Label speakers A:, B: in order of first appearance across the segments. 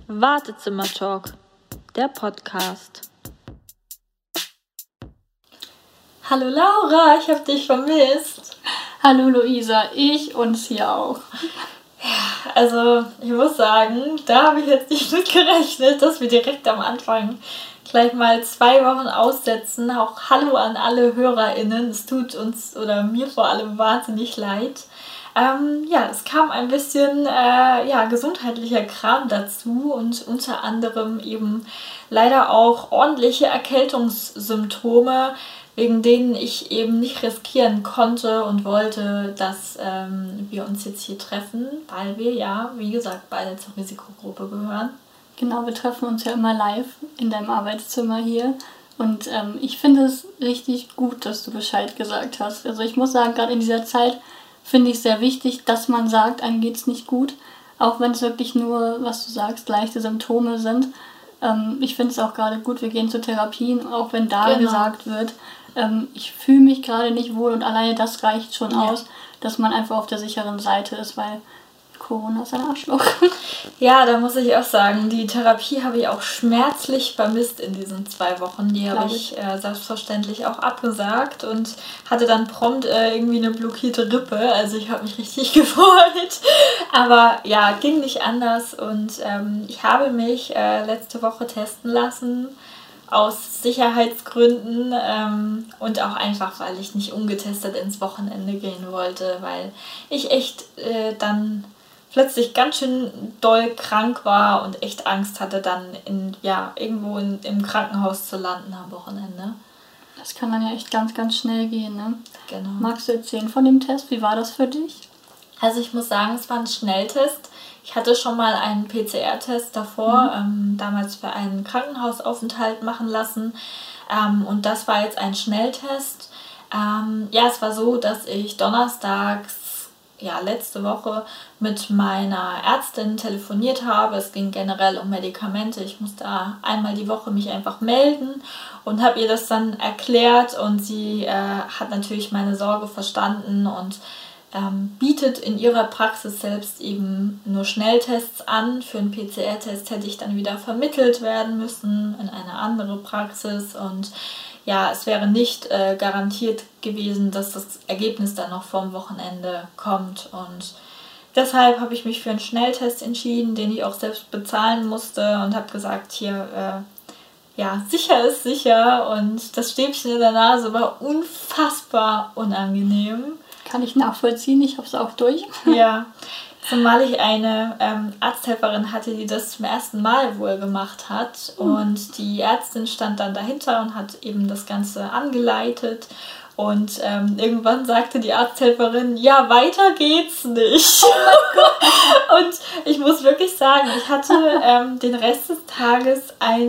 A: Wartezimmer-Talk, der Podcast. Hallo Laura, ich habe dich vermisst.
B: Hallo Luisa, ich uns hier auch.
A: Ja, also ich muss sagen, da habe ich jetzt nicht mit gerechnet, dass wir direkt am Anfang gleich mal 2 Wochen aussetzen. Auch Hallo an alle HörerInnen, es tut uns oder mir vor allem wahnsinnig leid. Es kam ein bisschen gesundheitlicher Kram dazu und unter anderem eben leider auch ordentliche Erkältungssymptome, wegen denen ich eben nicht riskieren konnte und wollte, dass wir uns jetzt hier treffen, weil wir ja, wie gesagt, beide zur Risikogruppe gehören.
B: Genau, wir treffen uns ja immer live in deinem Arbeitszimmer hier und ich finde es richtig gut, dass du Bescheid gesagt hast. Also ich muss sagen, gerade in dieser Zeit finde ich es sehr wichtig, dass man sagt, einem geht es nicht gut, auch wenn es wirklich nur, was du sagst, leichte Symptome sind. Ich finde es auch gerade gut, wir gehen zu Therapien, auch wenn da gesagt wird, ich fühle mich gerade nicht wohl und alleine das reicht schon aus, dass man einfach auf der sicheren Seite ist, weil Corona ist ein Arschloch.
A: Ja, da muss ich auch sagen, die Therapie habe ich auch schmerzlich vermisst in diesen 2 Wochen. Die habe ich selbstverständlich auch abgesagt und hatte dann prompt irgendwie eine blockierte Rippe. Also ich habe mich richtig gefreut. Aber ja, ging nicht anders und ich habe mich letzte Woche testen lassen. Aus Sicherheitsgründen und auch einfach, weil ich nicht ungetestet ins Wochenende gehen wollte, weil ich echt dann plötzlich ganz schön doll krank war und echt Angst hatte, dann irgendwo im Krankenhaus zu landen am Wochenende.
B: Das kann dann ja echt ganz, ganz schnell gehen, ne?
A: Genau.
B: Magst du erzählen von dem Test? Wie war das für dich?
A: Also ich muss sagen, es war ein Schnelltest. Ich hatte schon mal einen PCR-Test davor, damals für einen Krankenhausaufenthalt machen lassen. Und das war jetzt ein Schnelltest. Es war so, dass ich donnerstags, letzte Woche mit meiner Ärztin telefoniert habe. Es ging generell um Medikamente. Ich musste einmal die Woche mich einfach melden und habe ihr das dann erklärt. Und sie hat natürlich meine Sorge verstanden und bietet in ihrer Praxis selbst eben nur Schnelltests an. Für einen PCR-Test hätte ich dann wieder vermittelt werden müssen in eine andere Praxis und es wäre nicht garantiert gewesen, dass das Ergebnis dann noch vorm Wochenende kommt und deshalb habe ich mich für einen Schnelltest entschieden, den ich auch selbst bezahlen musste und habe gesagt, hier, sicher ist sicher und das Stäbchen in der Nase war unfassbar unangenehm.
B: Kann ich nachvollziehen, ich habe es auch durch.
A: Ja, zumal ich eine Arzthelferin hatte, die das zum ersten Mal wohl gemacht hat. Und die Ärztin stand dann dahinter und hat eben das Ganze angeleitet. Und irgendwann sagte die Arzthelferin, ja, weiter geht's nicht. Oh mein Gott. Und ich muss wirklich sagen, ich hatte den Rest des Tages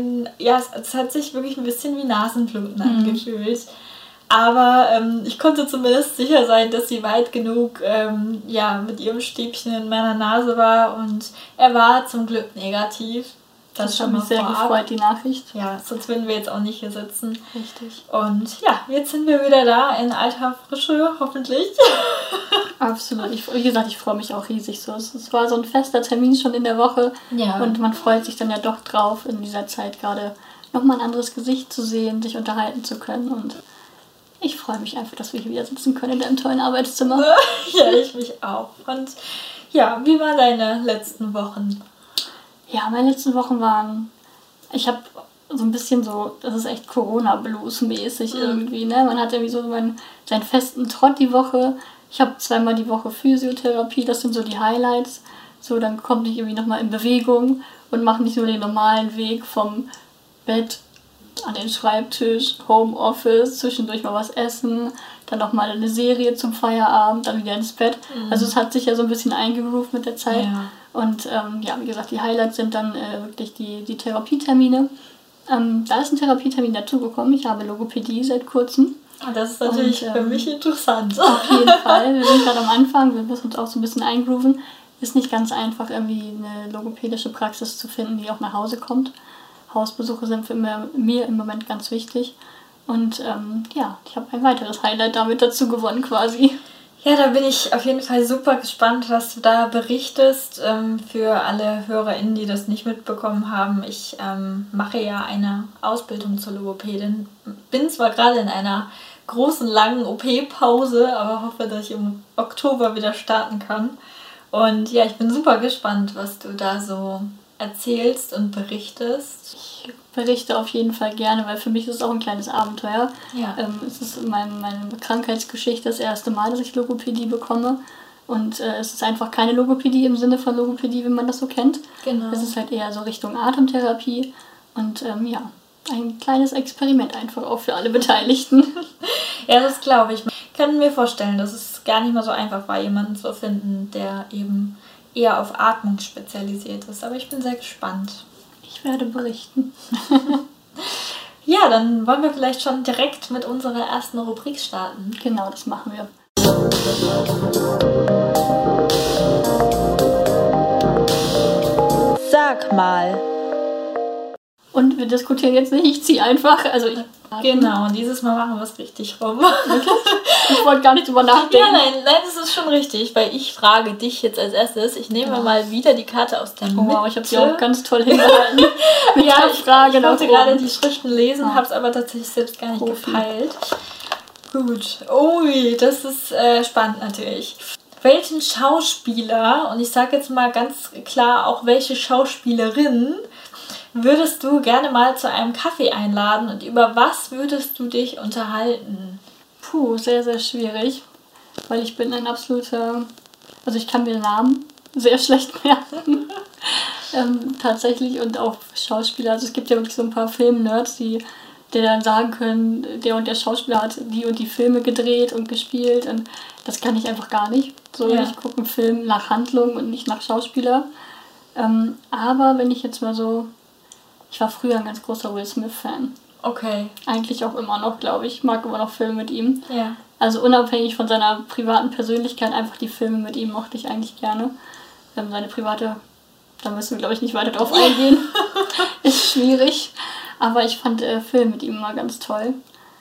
A: es hat sich wirklich ein bisschen wie Nasenbluten angefühlt. Aber ich konnte zumindest sicher sein, dass sie weit genug mit ihrem Stäbchen in meiner Nase war und er war zum Glück negativ.
B: Das hat mich sehr gefreut, die Nachricht.
A: Ja, sonst würden wir jetzt auch nicht hier sitzen.
B: Richtig.
A: Und jetzt sind wir wieder da in alter Frische, hoffentlich.
B: Absolut. Wie gesagt, ich freue mich auch riesig so. Es war so ein fester Termin schon in der Woche und man freut sich dann ja doch drauf, in dieser Zeit gerade nochmal ein anderes Gesicht zu sehen, sich unterhalten zu können und ich freue mich einfach, dass wir hier wieder sitzen können in deinem tollen Arbeitszimmer.
A: Ja, ich mich auch. Und wie waren deine letzten Wochen?
B: Ja, meine letzten Wochen waren... Ich habe so ein bisschen so... Das ist echt Corona-Blues-mäßig irgendwie, ne? Man hat irgendwie so seinen festen Trott die Woche. Ich habe 2-mal die Woche Physiotherapie. Das sind so die Highlights. So, dann komme ich irgendwie nochmal in Bewegung und mache nicht nur den normalen Weg vom Bett an den Schreibtisch, Homeoffice, zwischendurch mal was essen, dann nochmal eine Serie zum Feierabend, dann wieder ins Bett. Also es hat sich ja so ein bisschen eingegroovt mit der Zeit. Ja. Und wie gesagt, die Highlights sind dann wirklich die Therapietermine. Da ist ein Therapietermin dazugekommen. Ich habe Logopädie seit kurzem.
A: Das ist natürlich für mich interessant.
B: Auf jeden Fall. Wir sind gerade am Anfang, wir müssen uns auch so ein bisschen eingrooven. Ist nicht ganz einfach, irgendwie eine logopädische Praxis zu finden, die auch nach Hause kommt. Hausbesuche sind für mir im Moment ganz wichtig. Und ich habe ein weiteres Highlight damit dazu gewonnen quasi.
A: Ja, da bin ich auf jeden Fall super gespannt, was du da berichtest. Für alle HörerInnen, die das nicht mitbekommen haben, ich mache ja eine Ausbildung zur Logopädin. Bin zwar gerade in einer großen, langen OP-Pause, aber hoffe, dass ich im Oktober wieder starten kann. Und ja, ich bin super gespannt, was du da so erzählst und berichtest.
B: Ich berichte auf jeden Fall gerne, weil für mich ist es auch ein kleines Abenteuer.
A: Ja.
B: Es ist meine Krankheitsgeschichte das erste Mal, dass ich Logopädie bekomme. Und es ist einfach keine Logopädie im Sinne von Logopädie, wie man das so kennt.
A: Genau.
B: Es ist halt eher so Richtung Atemtherapie. Und ja, ein kleines Experiment einfach auch für alle Beteiligten.
A: Ja, das glaube ich. Ich kann mir vorstellen, dass es gar nicht mal so einfach war, jemanden zu finden, der eben eher auf Atmung spezialisiert ist. Aber ich bin sehr gespannt.
B: Ich werde berichten.
A: Ja, dann wollen wir vielleicht schon direkt mit unserer ersten Rubrik starten.
B: Genau, das machen wir.
A: Sag mal.
B: Und wir diskutieren jetzt nicht, ich ziehe einfach.
A: Genau, und dieses Mal machen wir es richtig rum.
B: Ich wollte gar nicht drüber nachdenken.
A: Ja, nein, das ist schon richtig, weil ich frage dich jetzt als erstes. Ich nehme mal wieder die Karte aus der Mitte.
B: Wow, ich habe sie auch ganz toll hingehalten.
A: Ja, ich wollte gerade die Schriften lesen, habe es aber tatsächlich selbst gar nicht gepeilt. Gut. Ui, das ist spannend natürlich. Welchen Schauspieler, und ich sage jetzt mal ganz klar auch welche Schauspielerin, würdest du gerne mal zu einem Kaffee einladen und über was würdest du dich unterhalten?
B: Puh, sehr, sehr schwierig, weil ich bin ein absoluter, also ich kann mir Namen sehr schlecht merken, tatsächlich, und auch Schauspieler, also es gibt ja wirklich so ein paar Film-Nerds, die dann sagen können, der und der Schauspieler hat die und die Filme gedreht und gespielt, und das kann ich einfach gar nicht. So, ich gucke einen Film nach Handlung und nicht nach Schauspieler. Aber wenn ich jetzt mal so, ich war früher ein ganz großer Will Smith-Fan.
A: Okay.
B: Eigentlich auch immer noch, glaube ich. Ich mag immer noch Filme mit ihm.
A: Ja.
B: Also unabhängig von seiner privaten Persönlichkeit, einfach die Filme mit ihm mochte ich eigentlich gerne. Seine private, da müssen wir, glaube ich, nicht weiter drauf eingehen. Ist schwierig. Aber ich fand Filme mit ihm immer ganz toll.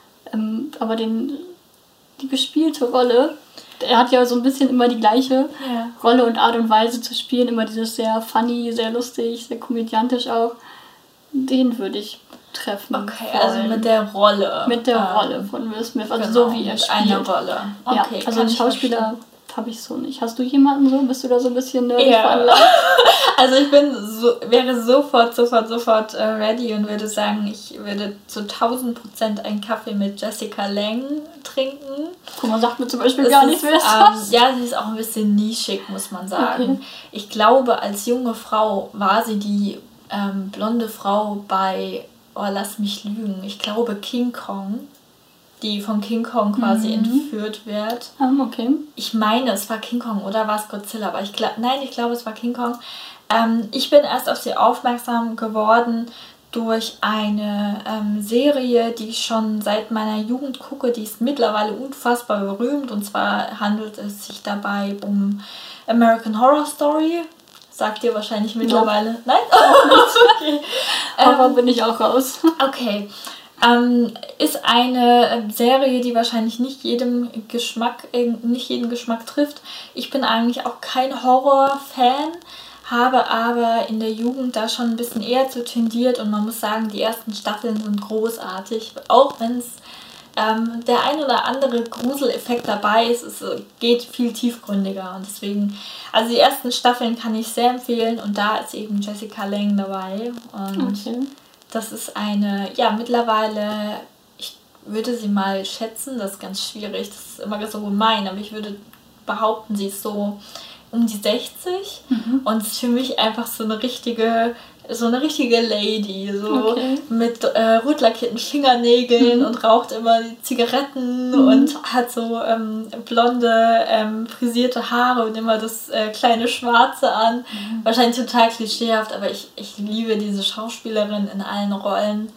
B: Aber die gespielte Rolle, er hat ja so ein bisschen immer die gleiche Rolle und Art und Weise zu spielen. Immer dieses sehr funny, sehr lustig, sehr komödiantisch auch. Den würde ich treffen.
A: Okay, also mit der Rolle.
B: Mit der Rolle von Will Smith, also
A: genau,
B: so wie er spielt.
A: Eine Rolle. Okay,
B: ja, also einen Schauspieler habe ich so nicht. Hast du jemanden so? Bist du da so ein bisschen nerdig veranlagt?
A: Also ich wäre sofort ready und würde sagen, ich würde zu 1000% einen Kaffee mit Jessica Lange trinken.
B: Guck mal, sagt mir zum Beispiel gar nichts, wer das ist.
A: Ja, sie ist auch ein bisschen nischig, muss man sagen. Okay. Ich glaube, als junge Frau war sie die blonde Frau bei, lass mich lügen, ich glaube King Kong, die von King Kong quasi entführt wird.
B: Okay.
A: Ich meine, es war King Kong oder war es Godzilla, aber ich glaube, es war King Kong. Ich bin erst auf sie aufmerksam geworden durch eine Serie, die ich schon seit meiner Jugend gucke, die ist mittlerweile unfassbar berühmt, und zwar handelt es sich dabei um American Horror Story. Sagt ihr wahrscheinlich mittlerweile. Nein?
B: Okay. Aber bin ich auch raus.
A: Okay. Ist eine Serie, die wahrscheinlich nicht jeden Geschmack trifft. Ich bin eigentlich auch kein Horror-Fan, habe aber in der Jugend da schon ein bisschen eher zu tendiert, und man muss sagen, die ersten Staffeln sind großartig. Auch wenn es der ein oder andere Gruseleffekt dabei ist, es geht viel tiefgründiger, und deswegen, also die ersten Staffeln kann ich sehr empfehlen, und da ist eben Jessica Lange dabei, und das ist eine, mittlerweile, ich würde sie mal schätzen, das ist ganz schwierig, das ist immer so gemein, aber ich würde behaupten, sie ist so um die 60 und ist für mich einfach so eine richtige Lady, so mit rot lackierten Fingernägeln und raucht immer die Zigaretten und hat so blonde, frisierte Haare und immer das kleine Schwarze an. Wahrscheinlich total klischeehaft, aber ich liebe diese Schauspielerin in allen Rollen.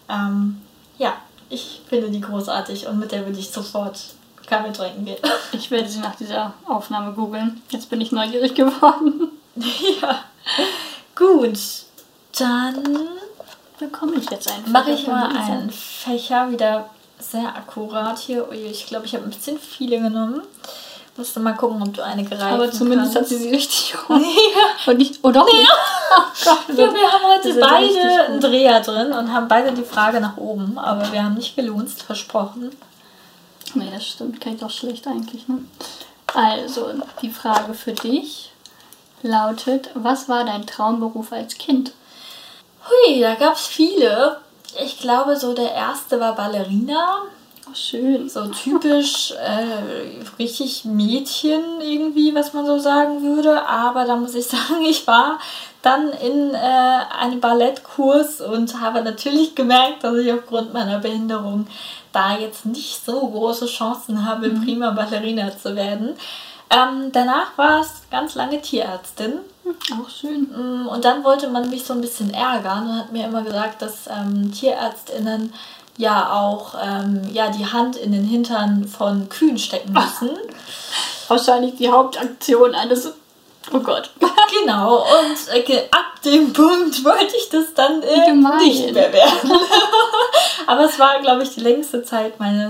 A: Ich finde die großartig, und mit der würde ich sofort Kaffee trinken gehen.
B: Ich werde sie nach dieser Aufnahme googeln. Jetzt bin ich neugierig geworden.
A: Ja, gut. Dann
B: bekomme ich jetzt einen Fächer.
A: Mache ich mal einen Fächer, wieder sehr akkurat hier. Ui, ich glaube, ich habe ein bisschen viele genommen. Musst du mal gucken, ob du eine greifen
B: Aber zumindest
A: kannst.
B: hat sie richtig rum. Und nicht, oh doch nicht. Oh Gott,
A: Ja, wir haben heute beide einen
B: einen
A: Dreher drin und haben beide die Frage nach oben, aber wir haben nicht gelunzt, versprochen.
B: Nee, das stimmt. Kann ich doch schlecht eigentlich, ne? Also, die Frage für dich lautet, was war dein Traumberuf als Kind?
A: Hui, da gab es viele. Ich glaube, so der erste war Ballerina.
B: Oh, schön.
A: So typisch richtig Mädchen irgendwie, was man so sagen würde. Aber da muss ich sagen, ich war dann in einem Ballettkurs und habe natürlich gemerkt, dass ich aufgrund meiner Behinderung da jetzt nicht so große Chancen habe, prima Ballerina zu werden. Danach war es ganz lange Tierärztin.
B: Auch schön.
A: Und dann wollte man mich so ein bisschen ärgern und hat mir immer gesagt, dass TierärztInnen ja auch die Hand in den Hintern von Kühen stecken müssen.
B: Wahrscheinlich die Hauptaktion eines... Oh Gott.
A: Genau, und ab dem Punkt wollte ich das dann
B: gemein.
A: Nicht mehr werden. Aber es war, glaube ich, die längste Zeit meiner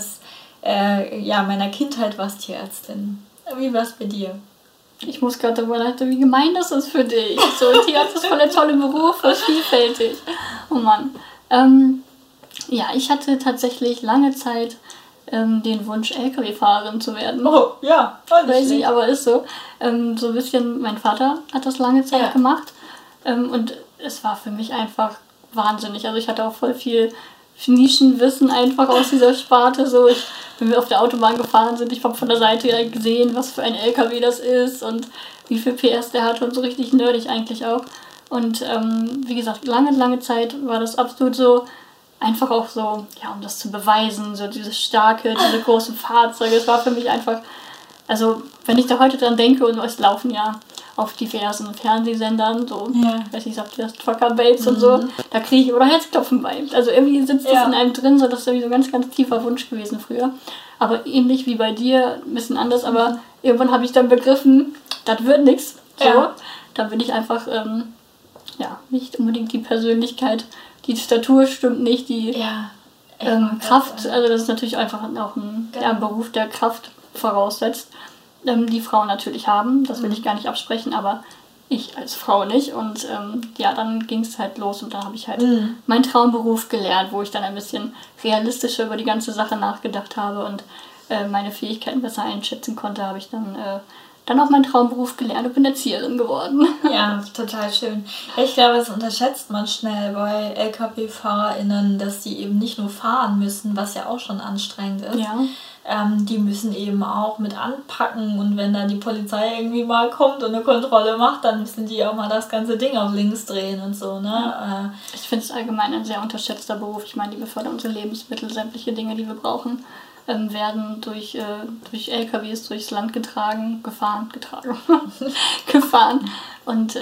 A: Kindheit war es Tierärztin. Wie war es bei dir?
B: Ich muss gerade darüber nachdenken, wie gemein das ist für dich. So, Tierarzt ist voll der tolle Beruf, voll vielfältig. Oh Mann. Ja, ich hatte tatsächlich lange Zeit den Wunsch, LKW-Fahrerin zu werden.
A: Oh, ja.
B: Crazy, aber ist so. So ein bisschen, mein Vater hat das lange Zeit gemacht. Und es war für mich einfach wahnsinnig. Also ich hatte auch voll viel Nischenwissen einfach aus dieser Sparte. So, wenn wir auf der Autobahn gefahren sind, ich habe von der Seite gesehen, was für ein LKW das ist und wie viel PS der hat und so richtig nerdig eigentlich auch. Und wie gesagt, lange Zeit war das absolut so, einfach auch so, ja, um das zu beweisen, so diese diese großen Fahrzeuge. Es war für mich einfach, also wenn ich da heute dran denke und es laufen ja auf diversen Fernsehsendern, so, ich weiß nicht, sagt ihr das, Trucker-Babes und so, da kriege ich oder Herzklopfen bei. Also irgendwie sitzt das in einem drin, so das ist irgendwie so ein ganz, ganz tiefer Wunsch gewesen früher. Aber ähnlich wie bei dir, ein bisschen anders, aber irgendwann habe ich dann begriffen, das wird nichts. So. Ja. Da bin ich einfach, nicht unbedingt die Persönlichkeit, die Statur stimmt nicht, die Kraft, also das ist natürlich einfach auch ein Beruf, der Kraft voraussetzt, die Frauen natürlich haben, das will ich gar nicht absprechen, aber ich als Frau nicht und dann ging es halt los und dann habe ich halt meinen Traumberuf gelernt, wo ich dann ein bisschen realistischer über die ganze Sache nachgedacht habe und meine Fähigkeiten besser einschätzen konnte, habe ich dann auch meinen Traumberuf gelernt und bin Erzieherin geworden.
A: Ja, total schön. Ich glaube, das unterschätzt man schnell bei LKW-FahrerInnen, dass die eben nicht nur fahren müssen, was ja auch schon anstrengend ist. Ja. Die müssen eben auch mit anpacken und wenn dann die Polizei irgendwie mal kommt und eine Kontrolle macht, dann müssen die auch mal das ganze Ding auf links drehen und so, ne?
B: Ja. Ich finde es allgemein ein sehr unterschätzter Beruf. Ich meine, die befördern unsere Lebensmittel, sämtliche Dinge, die wir brauchen, werden durch LKWs durchs Land gefahren. Und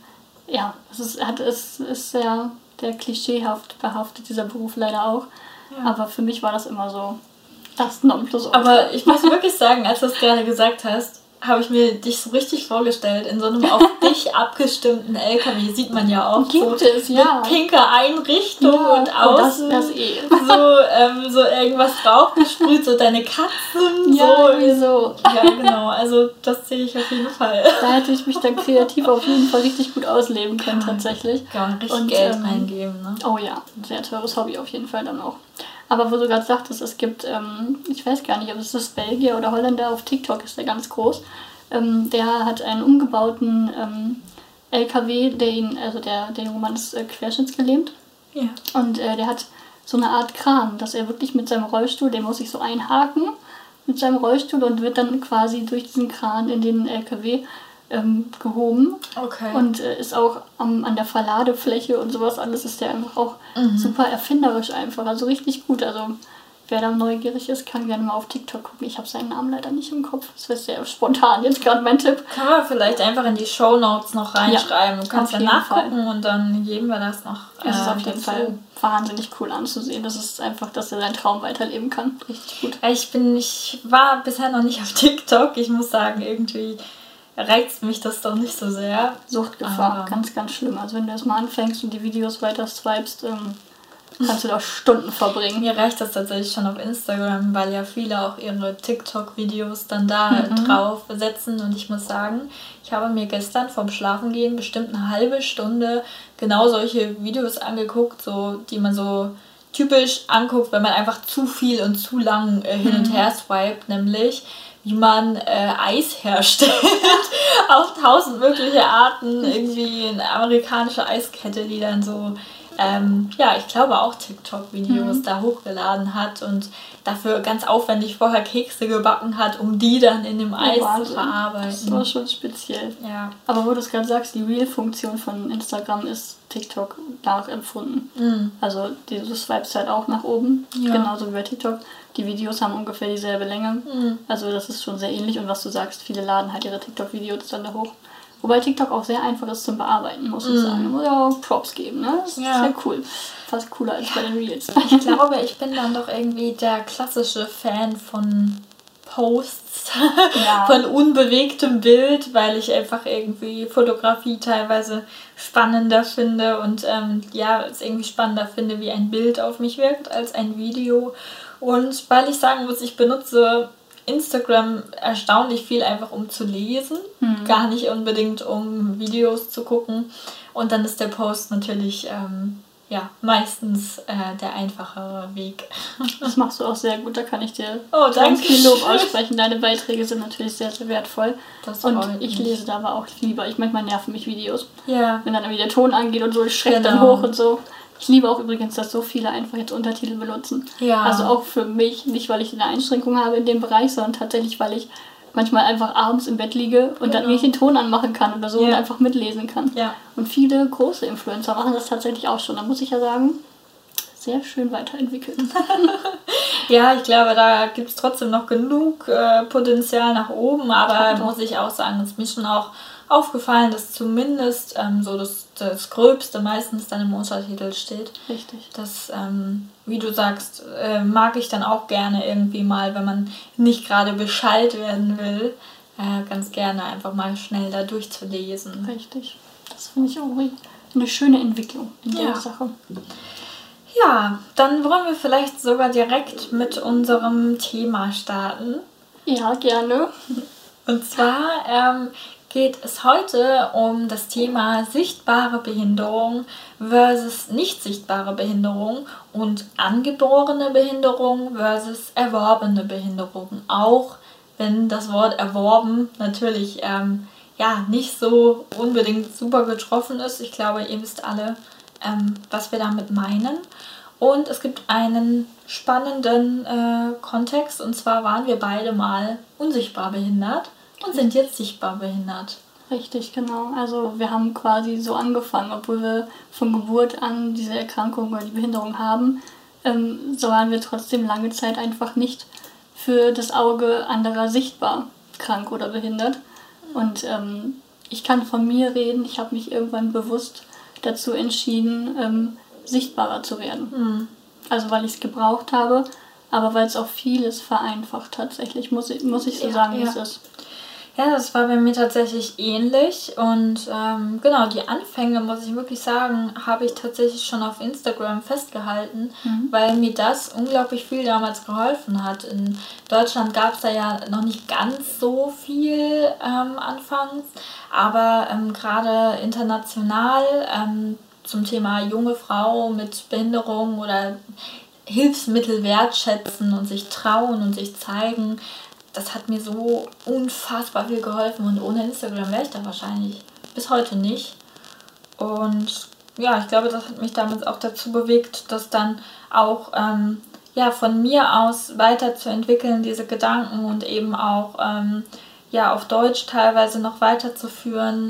B: es ist sehr klischeehaft behaftet, dieser Beruf leider auch. Ja. Aber für mich war das immer so das Nonplusultra.
A: Aber ich muss wirklich sagen, als du es gerade gesagt hast, habe ich mir dich so richtig vorgestellt, in so einem auf dich abgestimmten LKW, sieht man ja auch.
B: Gibt es, ja.
A: Mit pinker Einrichtung und außen
B: das
A: so irgendwas draufgesprüht, so deine Katzen.
B: Ja, so.
A: Ja, genau, also das sehe ich auf jeden Fall.
B: Da hätte ich mich dann kreativ auf jeden Fall richtig gut ausleben können, tatsächlich.
A: Kann man richtig Geld eingeben, ne?
B: Oh ja, ein sehr teures Hobby auf jeden Fall dann auch. Aber wo du gerade sagtest, es gibt, ich weiß gar nicht, ob es ist Belgier oder Holländer, auf TikTok ist der ganz groß. Der hat einen umgebauten LKW, der junge Mann ist querschnittsgelähmt. Ja. Und der hat so eine Art Kran, dass er wirklich mit seinem Rollstuhl, der muss sich so einhaken mit seinem Rollstuhl und wird dann quasi durch diesen Kran in den LKW gehoben.
A: Okay.
B: Und ist auch an der Verladefläche und sowas alles ist der einfach auch super erfinderisch einfach. Also richtig gut. Also wer da neugierig ist, kann gerne mal auf TikTok gucken. Ich habe seinen Namen leider nicht im Kopf. Das wäre sehr spontan jetzt gerade mein Tipp.
A: Kann man vielleicht einfach in die Shownotes noch reinschreiben. Du kannst dann nachgucken und dann geben wir das noch.
B: Das ist auf jeden Fall wahnsinnig cool anzusehen. Das ist einfach, dass er seinen Traum weiterleben kann. Richtig gut.
A: Ich war bisher noch nicht auf TikTok. Ich muss sagen, irgendwie reizt mich das doch nicht so sehr.
B: Suchtgefahr, ganz, ganz schlimm. Also wenn du erstmal anfängst und die Videos weiter swipest, kannst du da Stunden verbringen.
A: Mir reicht das tatsächlich schon auf Instagram, weil ja viele auch ihre TikTok-Videos dann da drauf setzen. Und ich muss sagen, ich habe mir gestern vorm Schlafengehen bestimmt eine halbe Stunde genau solche Videos angeguckt, so die man so typisch anguckt, wenn man einfach zu viel und zu lang hin und her swiped, nämlich wie man Eis herstellt auf 1000 mögliche Arten. Irgendwie eine amerikanische Eiskette, die dann so, ich glaube auch TikTok-Videos da hochgeladen hat und dafür ganz aufwendig vorher Kekse gebacken hat, um die dann in dem Eis zu verarbeiten.
B: Das war schon speziell.
A: Ja.
B: Aber wo du es gerade sagst, die Reel-Funktion von Instagram ist TikTok nachempfunden. Also du swipest halt auch nach oben, genauso wie bei TikTok. Die Videos haben ungefähr dieselbe Länge. Also das ist schon sehr ähnlich. Und was du sagst, viele laden halt ihre TikTok-Videos dann da hoch. Wobei TikTok auch sehr einfach ist zum Bearbeiten, muss ich sagen. Da muss ich auch Props geben, ne? Das ist sehr cool. Fast cooler als bei den Reels.
A: Ich glaube, ich bin dann doch irgendwie der klassische Fan von Posts, von unbewegtem Bild, weil ich einfach irgendwie Fotografie teilweise spannender finde und es irgendwie spannender finde, wie ein Bild auf mich wirkt als ein Video. Und weil ich sagen muss, ich benutze Instagram erstaunlich viel einfach um zu lesen, gar nicht unbedingt um Videos zu gucken. Und dann ist der Post natürlich meistens der einfachere Weg.
B: Das machst du auch sehr gut, da kann ich dir ganz viel Lob aussprechen. Deine Beiträge sind natürlich sehr, sehr wertvoll. Und ich lese da aber auch lieber. Manchmal nerven mich Videos.
A: Ja.
B: Wenn dann irgendwie der Ton angeht und so, ich schrecke dann hoch und so. Ich liebe auch übrigens, dass so viele einfach jetzt Untertitel benutzen. Ja. Also auch für mich, nicht weil ich eine Einschränkung habe in dem Bereich, sondern tatsächlich, weil ich manchmal einfach abends im Bett liege und dann irgendwie den Ton anmachen kann oder so und einfach mitlesen kann. Ja. Und viele große Influencer machen das tatsächlich auch schon. Da muss ich ja sagen, sehr schön weiterentwickelt.
A: Ja, ich glaube, da gibt es trotzdem noch genug Potenzial nach oben, aber muss ich auch sagen, es ist mir schon auch aufgefallen, dass zumindest das Gröbste meistens dann im Untertitel steht.
B: Richtig.
A: Das, wie du sagst, mag ich dann auch gerne irgendwie mal, wenn man nicht gerade Bescheid werden will, ganz gerne einfach mal schnell da durchzulesen.
B: Richtig. Das finde ich auch eine schöne Entwicklung in der Sache.
A: Ja, dann wollen wir vielleicht sogar direkt mit unserem Thema starten.
B: Ja, gerne.
A: Und zwar geht es heute um das Thema sichtbare Behinderung versus nicht sichtbare Behinderung und angeborene Behinderung versus erworbene Behinderung. Auch wenn das Wort erworben natürlich nicht so unbedingt super getroffen ist. Ich glaube, ihr wisst alle, was wir damit meinen. Und es gibt einen spannenden Kontext, und zwar waren wir beide mal unsichtbar behindert und sind jetzt sichtbar behindert.
B: Richtig, genau. Also wir haben quasi so angefangen, obwohl wir von Geburt an diese Erkrankung oder die Behinderung haben, so waren wir trotzdem lange Zeit einfach nicht für das Auge anderer sichtbar krank oder behindert. Und ich kann von mir reden, ich habe mich irgendwann bewusst dazu entschieden, sichtbarer zu werden. Also weil ich es gebraucht habe, aber weil es auch vieles vereinfacht tatsächlich, muss ich so sagen, wie es ist.
A: Ja, das war bei mir tatsächlich ähnlich und die Anfänge, muss ich wirklich sagen, habe ich tatsächlich schon auf Instagram festgehalten, weil mir das unglaublich viel damals geholfen hat. In Deutschland gab es da ja noch nicht ganz so viel anfangs, aber gerade international zum Thema junge Frau mit Behinderung oder Hilfsmittel wertschätzen und sich trauen und sich zeigen, das hat mir so unfassbar viel geholfen und ohne Instagram wäre ich da wahrscheinlich bis heute nicht. Und ja, ich glaube, das hat mich damals auch dazu bewegt, das dann auch von mir aus weiterzuentwickeln, diese Gedanken und eben auch auf Deutsch teilweise noch weiterzuführen,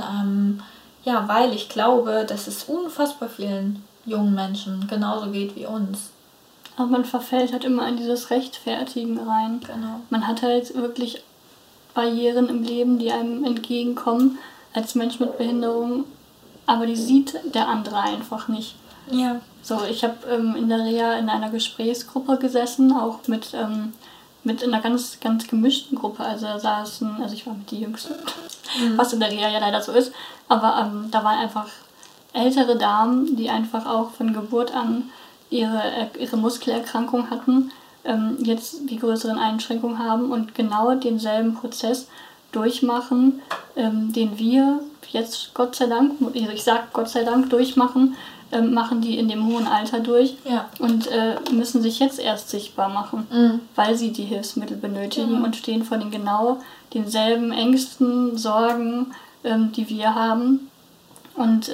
A: weil ich glaube, dass es unfassbar vielen jungen Menschen genauso geht wie uns.
B: Aber man verfällt halt immer in dieses Rechtfertigen rein.
A: Genau.
B: Man hat halt wirklich Barrieren im Leben, die einem entgegenkommen als Mensch mit Behinderung, aber die sieht der andere einfach nicht.
A: Ja.
B: So, ich habe in der Reha in einer Gesprächsgruppe gesessen, auch mit einer ganz, ganz gemischten Gruppe. Also ich war mit die Jüngsten, was in der Reha ja leider so ist, aber da waren einfach ältere Damen, die einfach auch von Geburt an ihre Muskelerkrankung hatten, jetzt die größeren Einschränkungen haben und genau denselben Prozess durchmachen, den wir jetzt Gott sei Dank, also ich sage Gott sei Dank durchmachen, machen die in dem hohen Alter durch und müssen sich jetzt erst sichtbar machen, weil sie die Hilfsmittel benötigen und stehen vor den genau denselben Ängsten, Sorgen, die wir haben. Und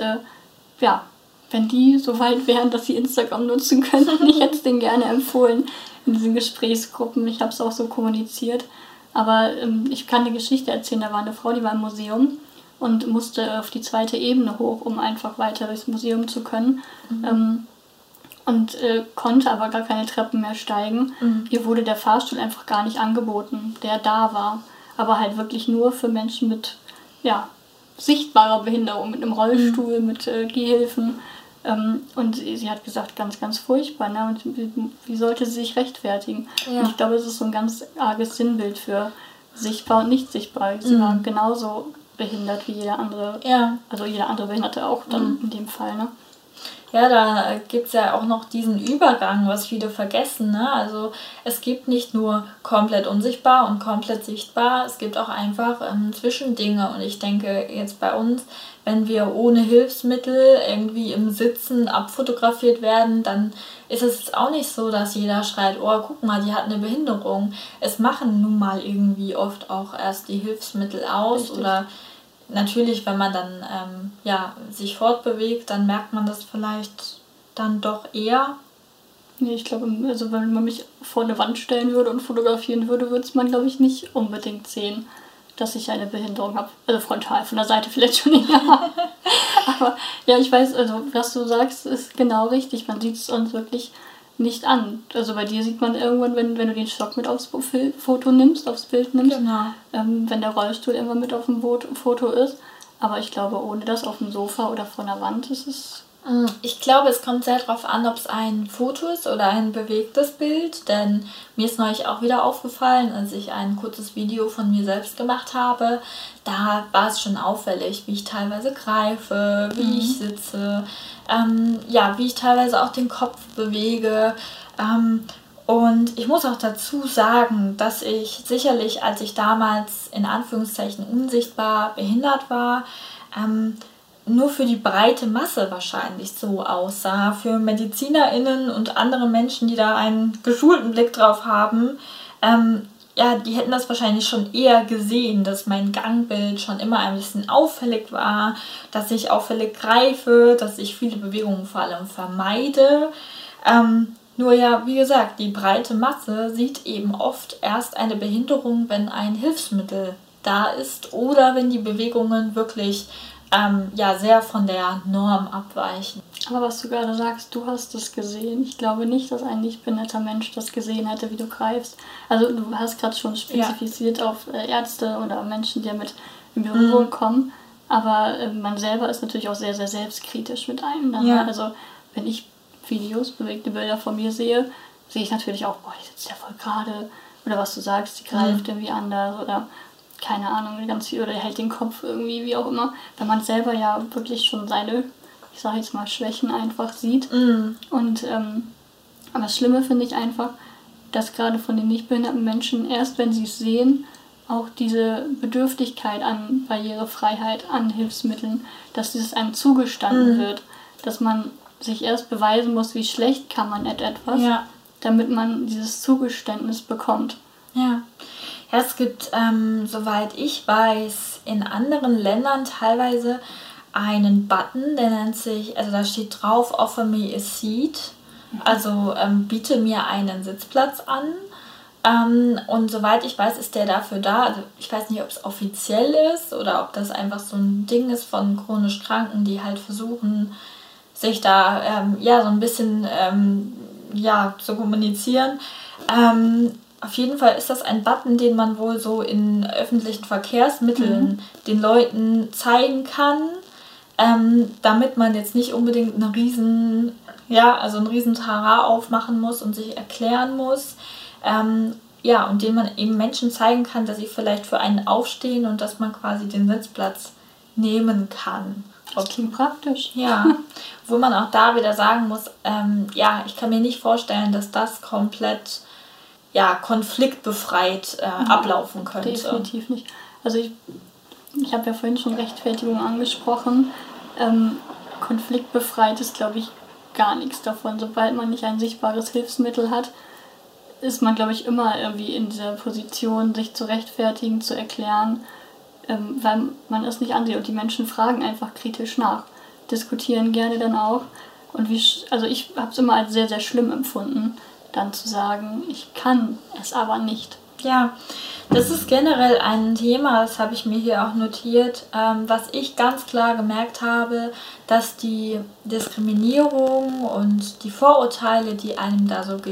B: wenn die so weit wären, dass sie Instagram nutzen könnten, ich hätte es denen gerne empfohlen in diesen Gesprächsgruppen. Ich habe es auch so kommuniziert. Aber ich kann eine Geschichte erzählen. Da war eine Frau, die war im Museum und musste auf die 2. Ebene hoch, um einfach weiter durchs Museum zu können. Und konnte aber gar keine Treppen mehr steigen. Ihr wurde der Fahrstuhl einfach gar nicht angeboten, der da war. Aber halt wirklich nur für Menschen mit sichtbarer Behinderung, mit einem Rollstuhl, mit Gehhilfen. Und sie hat gesagt, ganz, ganz furchtbar. Ne? Und wie sollte sie sich rechtfertigen? Ja. Und ich glaube, es ist so ein ganz arges Sinnbild für sichtbar und nicht sichtbar. Sie war genauso behindert wie jeder andere. Ja. Also jeder andere Behinderte auch dann in dem Fall. Ne?
A: Ja, da gibt es ja auch noch diesen Übergang, was viele vergessen. Ne? Also es gibt nicht nur komplett unsichtbar und komplett sichtbar, es gibt auch einfach Zwischendinge. Und ich denke jetzt bei uns, wenn wir ohne Hilfsmittel irgendwie im Sitzen abfotografiert werden, dann ist es auch nicht so, dass jeder schreit, oh, guck mal, die hat eine Behinderung. Es machen nun mal irgendwie oft auch erst die Hilfsmittel aus. Richtig. Oder natürlich, wenn man dann sich fortbewegt, dann merkt man das vielleicht dann doch eher.
B: Nee, ich glaube, also wenn man mich vor eine Wand stellen würde und fotografieren würde, würde es man, glaube ich, nicht unbedingt sehen, dass ich eine Behinderung habe. Also frontal, von der Seite vielleicht schon nicht. Aber ja, ich weiß, also was du sagst, ist genau richtig. Man sieht es uns wirklich nicht an. Also bei dir sieht man irgendwann, wenn du den Stock mit aufs Foto nimmst, aufs Bild nimmst, genau. Wenn der Rollstuhl immer mit auf dem Foto ist. Aber ich glaube, ohne das auf dem Sofa oder vor einer Wand ist es...
A: Ich glaube, es kommt sehr darauf an, ob es ein Foto ist oder ein bewegtes Bild, denn mir ist neulich auch wieder aufgefallen, als ich ein kurzes Video von mir selbst gemacht habe, da war es schon auffällig, wie ich teilweise greife, wie ich sitze, wie ich teilweise auch den Kopf bewege. Und ich muss auch dazu sagen, dass ich sicherlich, als ich damals in Anführungszeichen unsichtbar behindert war, nur für die breite Masse wahrscheinlich so aussah. Für MedizinerInnen und andere Menschen, die da einen geschulten Blick drauf haben, die hätten das wahrscheinlich schon eher gesehen, dass mein Gangbild schon immer ein bisschen auffällig war, dass ich auffällig greife, dass ich viele Bewegungen vor allem vermeide. Nur ja, wie gesagt, die breite Masse sieht eben oft erst eine Behinderung, wenn ein Hilfsmittel da ist oder wenn die Bewegungen wirklich sehr von der Norm abweichen.
B: Aber was du gerade sagst, du hast das gesehen. Ich glaube nicht, dass ein nicht behinderter Mensch das gesehen hätte, wie du greifst. Also du hast gerade schon spezifiziert auf Ärzte oder Menschen, die damit in Berührung kommen. Aber man selber ist natürlich auch sehr, sehr selbstkritisch mit einem. Dann, ja. Also wenn ich Videos, bewegte Bilder von mir sehe ich natürlich auch, boah, die sitzt ja voll gerade. Oder was du sagst, die greift irgendwie anders oder keine Ahnung, ganz viel, oder hält den Kopf irgendwie, wie auch immer. Wenn man selber ja wirklich schon seine, ich sage jetzt mal, Schwächen einfach sieht. Und aber das Schlimme finde ich einfach, dass gerade von den nicht behinderten Menschen erst, wenn sie es sehen, auch diese Bedürftigkeit an Barrierefreiheit, an Hilfsmitteln, dass dieses einem zugestanden wird, dass man sich erst beweisen muss, wie schlecht kann man etwas, damit man dieses Zugeständnis bekommt.
A: Ja. Es gibt, soweit ich weiß, in anderen Ländern teilweise einen Button, der nennt sich, also da steht drauf, offer me a seat, also biete mir einen Sitzplatz an. Und soweit ich weiß, ist der dafür da, also ich weiß nicht, ob es offiziell ist oder ob das einfach so ein Ding ist von chronisch Kranken, die halt versuchen, sich da so ein bisschen zu kommunizieren. Auf jeden Fall ist das ein Button, den man wohl so in öffentlichen Verkehrsmitteln den Leuten zeigen kann, damit man jetzt nicht unbedingt einen riesen Trara aufmachen muss und sich erklären muss. Und den man eben Menschen zeigen kann, dass sie vielleicht für einen aufstehen und dass man quasi den Sitzplatz nehmen kann.
B: Das klingt praktisch.
A: Ja, wo man auch da wieder sagen muss, ich kann mir nicht vorstellen, dass das komplett konfliktbefreit ablaufen könnte.
B: Definitiv nicht. Also ich habe ja vorhin schon Rechtfertigung angesprochen. Konfliktbefreit ist, glaube ich, gar nichts davon. Sobald man nicht ein sichtbares Hilfsmittel hat, ist man, glaube ich, immer irgendwie in dieser Position, sich zu rechtfertigen, zu erklären, weil man es nicht ansieht. Und die Menschen fragen einfach kritisch nach, diskutieren gerne dann auch. Und ich habe es immer als sehr, sehr schlimm empfunden, dann zu sagen, ich kann es aber nicht.
A: Ja, das ist generell ein Thema, das habe ich mir hier auch notiert, was ich ganz klar gemerkt habe, dass die Diskriminierung und die Vorurteile, die einem da so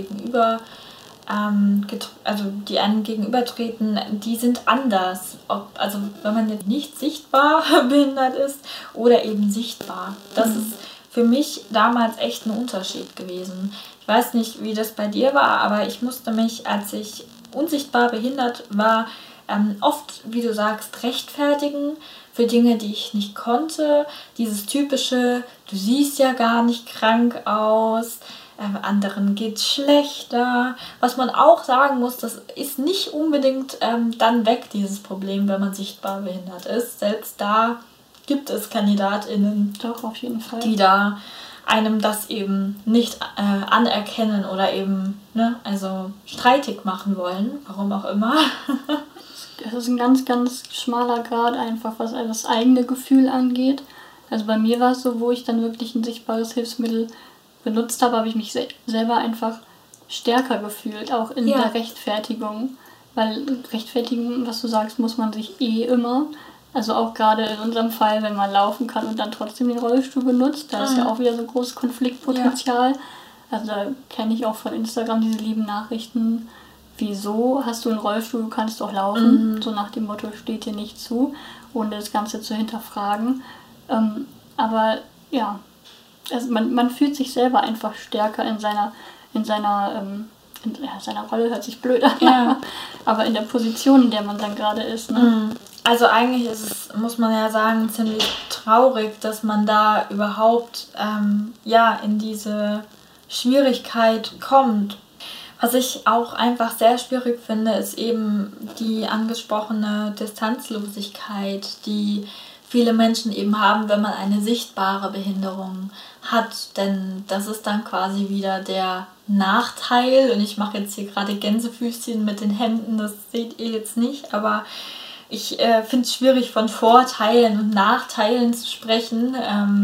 A: die einem gegenübertreten, die sind anders. Also wenn man jetzt nicht sichtbar behindert ist oder eben sichtbar. Das ist für mich damals echt ein Unterschied gewesen. Ich weiß nicht, wie das bei dir war, aber ich musste mich, als ich unsichtbar behindert war, oft, wie du sagst, rechtfertigen für Dinge, die ich nicht konnte. Dieses typische, du siehst ja gar nicht krank aus, anderen geht's schlechter. Was man auch sagen muss, das ist nicht unbedingt dann weg, dieses Problem, wenn man sichtbar behindert ist. Selbst da gibt es KandidatInnen,
B: doch, auf jeden Fall,
A: die da einem das eben nicht anerkennen oder eben streitig machen wollen, warum auch immer.
B: Das ist ein ganz, ganz schmaler Grad einfach, was das eigene Gefühl angeht. Also bei mir war es so, wo ich dann wirklich ein sichtbares Hilfsmittel benutzt habe ich mich selber einfach stärker gefühlt, auch in der Rechtfertigung. Weil rechtfertigen, was du sagst, muss man sich immer. Also auch gerade in unserem Fall, wenn man laufen kann und dann trotzdem den Rollstuhl benutzt, da ist ja auch wieder so großes Konfliktpotenzial. Ja. Also da kenne ich auch von Instagram diese lieben Nachrichten, wieso hast du einen Rollstuhl, du kannst doch laufen, so nach dem Motto, steht dir nicht zu, ohne das Ganze zu hinterfragen. Aber ja, also man fühlt sich selber einfach stärker in seiner Rolle, hört sich blöd an, aber in der Position, in der man dann gerade ist. Ne?
A: Also eigentlich ist es, muss man ja sagen, ziemlich traurig, dass man da überhaupt in diese Schwierigkeit kommt. Was ich auch einfach sehr schwierig finde, ist eben die angesprochene Distanzlosigkeit, die viele Menschen eben haben, wenn man eine sichtbare Behinderung hat. Denn das ist dann quasi wieder der Nachteil. Und ich mache jetzt hier gerade Gänsefüßchen mit den Händen, das seht ihr jetzt nicht, aber ich finde es schwierig, von Vorteilen und Nachteilen zu sprechen.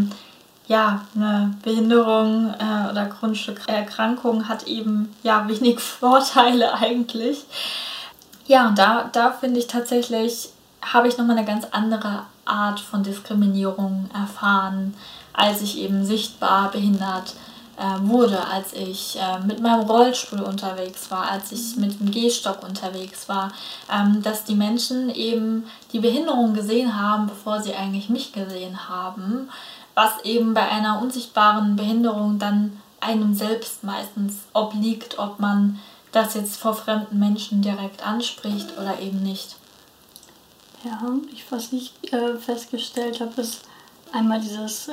A: Eine Behinderung oder chronische Erkrankung hat eben wenig Vorteile eigentlich. Ja, und da finde ich tatsächlich, habe ich nochmal eine ganz andere Art von Diskriminierung erfahren, als ich eben sichtbar behindert wurde, als ich mit meinem Rollstuhl unterwegs war, als ich mit dem Gehstock unterwegs war, dass die Menschen eben die Behinderung gesehen haben, bevor sie eigentlich mich gesehen haben, was eben bei einer unsichtbaren Behinderung dann einem selbst meistens obliegt, ob man das jetzt vor fremden Menschen direkt anspricht oder eben nicht.
B: Ja, was ich festgestellt habe, ist einmal dieses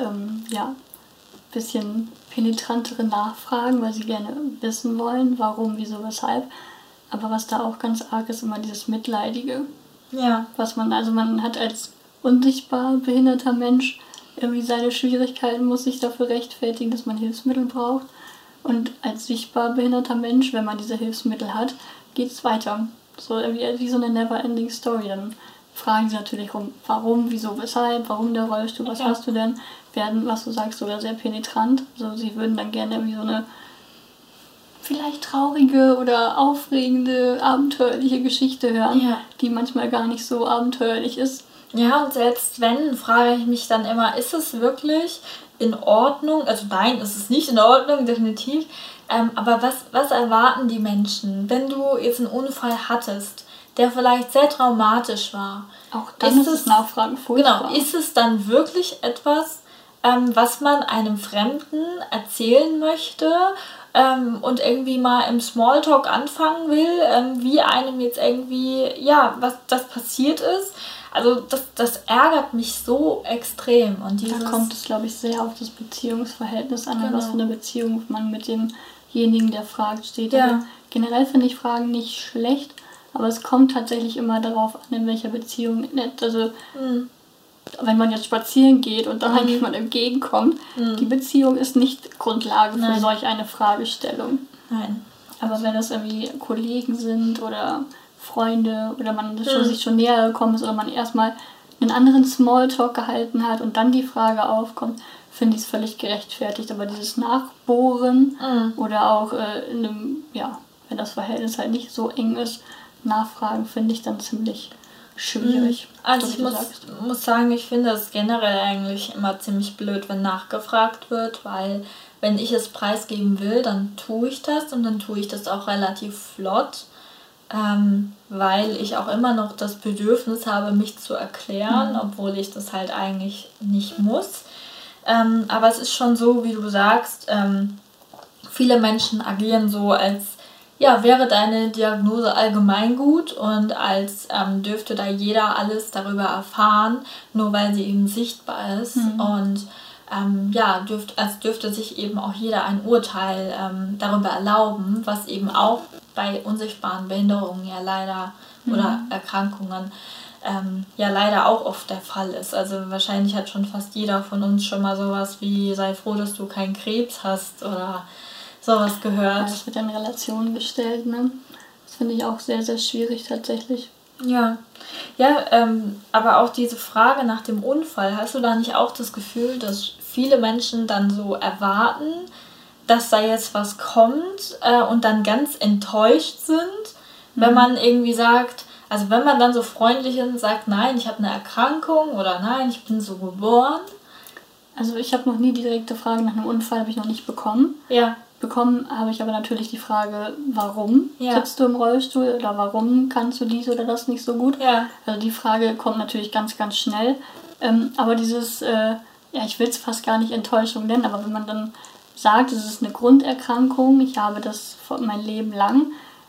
B: bisschen penetrantere Nachfragen, weil sie gerne wissen wollen, warum, wieso, weshalb. Aber was da auch ganz arg ist, immer dieses Mitleidige.
A: Ja.
B: Man hat als unsichtbar behinderter Mensch irgendwie seine Schwierigkeiten, muss sich dafür rechtfertigen, dass man Hilfsmittel braucht. Und als sichtbar behinderter Mensch, wenn man diese Hilfsmittel hat, geht es weiter. So wie so eine never-ending Story. Dann fragen sie natürlich rum, warum, wieso, weshalb, warum der Rollstuhl, was hast du denn? Werden, was du sagst, sogar sehr penetrant. Also sie würden dann gerne irgendwie so eine vielleicht traurige oder aufregende, abenteuerliche Geschichte hören, die manchmal gar nicht so abenteuerlich ist.
A: Ja, und selbst wenn, frage ich mich dann immer, ist es wirklich in Ordnung? Also nein, ist es nicht in Ordnung, definitiv. Aber was erwarten die Menschen, wenn du jetzt einen Unfall hattest, der vielleicht sehr traumatisch war?
B: Auch dann ist es Nachfragen furchtbar.
A: Genau, ist es dann wirklich etwas, was man einem Fremden erzählen möchte und irgendwie mal im Smalltalk anfangen will, wie einem jetzt irgendwie, was das passiert ist? Also das ärgert mich so extrem. Und
B: da kommt es, glaube ich, sehr auf das Beziehungsverhältnis an,
A: Genau.
B: was für eine Beziehung man mit demjenigen, der fragt, steht.
A: Ja.
B: Also generell finde ich Fragen nicht schlecht, aber es kommt tatsächlich immer darauf an, in welcher Beziehung. Also wenn man jetzt spazieren geht und dann jemand entgegenkommt, die Beziehung ist nicht Grundlage für solch eine Fragestellung.
A: Nein.
B: Aber wenn es irgendwie Kollegen sind oder Freunde oder man sich schon näher gekommen ist oder man erstmal einen anderen Smalltalk gehalten hat und dann die Frage aufkommt, finde ich es völlig gerechtfertigt. Aber dieses Nachbohren oder auch wenn das Verhältnis halt nicht so eng ist, Nachfragen finde ich dann ziemlich schwierig.
A: Also ich muss sagen, ich finde es generell eigentlich immer ziemlich blöd, wenn nachgefragt wird, weil wenn ich es preisgeben will, dann tue ich das und dann tue ich das auch relativ flott, weil ich auch immer noch das Bedürfnis habe, mich zu erklären, obwohl ich das halt eigentlich nicht muss. Aber es ist schon so, wie du sagst, viele Menschen agieren so, als wäre deine Diagnose allgemeingut und als dürfte da jeder alles darüber erfahren, nur weil sie eben sichtbar ist. Und als dürfte sich eben auch jeder ein Urteil darüber erlauben, was eben auch bei unsichtbaren Behinderungen ja leider oder Erkrankungen leider auch oft der Fall ist. Also wahrscheinlich hat schon fast jeder von uns schon mal sowas wie sei froh, dass du keinen Krebs hast oder sowas gehört.
B: Ja, das wird in Relation gestellt, ne? Das finde ich auch sehr, sehr schwierig tatsächlich.
A: Ja, aber auch diese Frage nach dem Unfall, hast du da nicht auch das Gefühl, dass viele Menschen dann so erwarten, dass da jetzt was kommt und dann ganz enttäuscht sind, wenn man irgendwie sagt, also wenn man dann so freundlich ist und sagt, nein, ich habe eine Erkrankung oder nein, ich bin so geboren?
B: Also ich habe noch nie die direkte Frage nach einem Unfall, habe ich noch nicht bekommen.
A: Ja.
B: Bekommen habe ich aber natürlich die Frage, warum sitzt du im Rollstuhl oder warum kannst du dies oder das nicht so gut?
A: Ja.
B: Also die Frage kommt natürlich ganz, ganz schnell. Aber dieses, ich will es fast gar nicht Enttäuschung nennen, aber wenn man dann sagt, es ist eine Grunderkrankung, ich habe das mein Leben lang,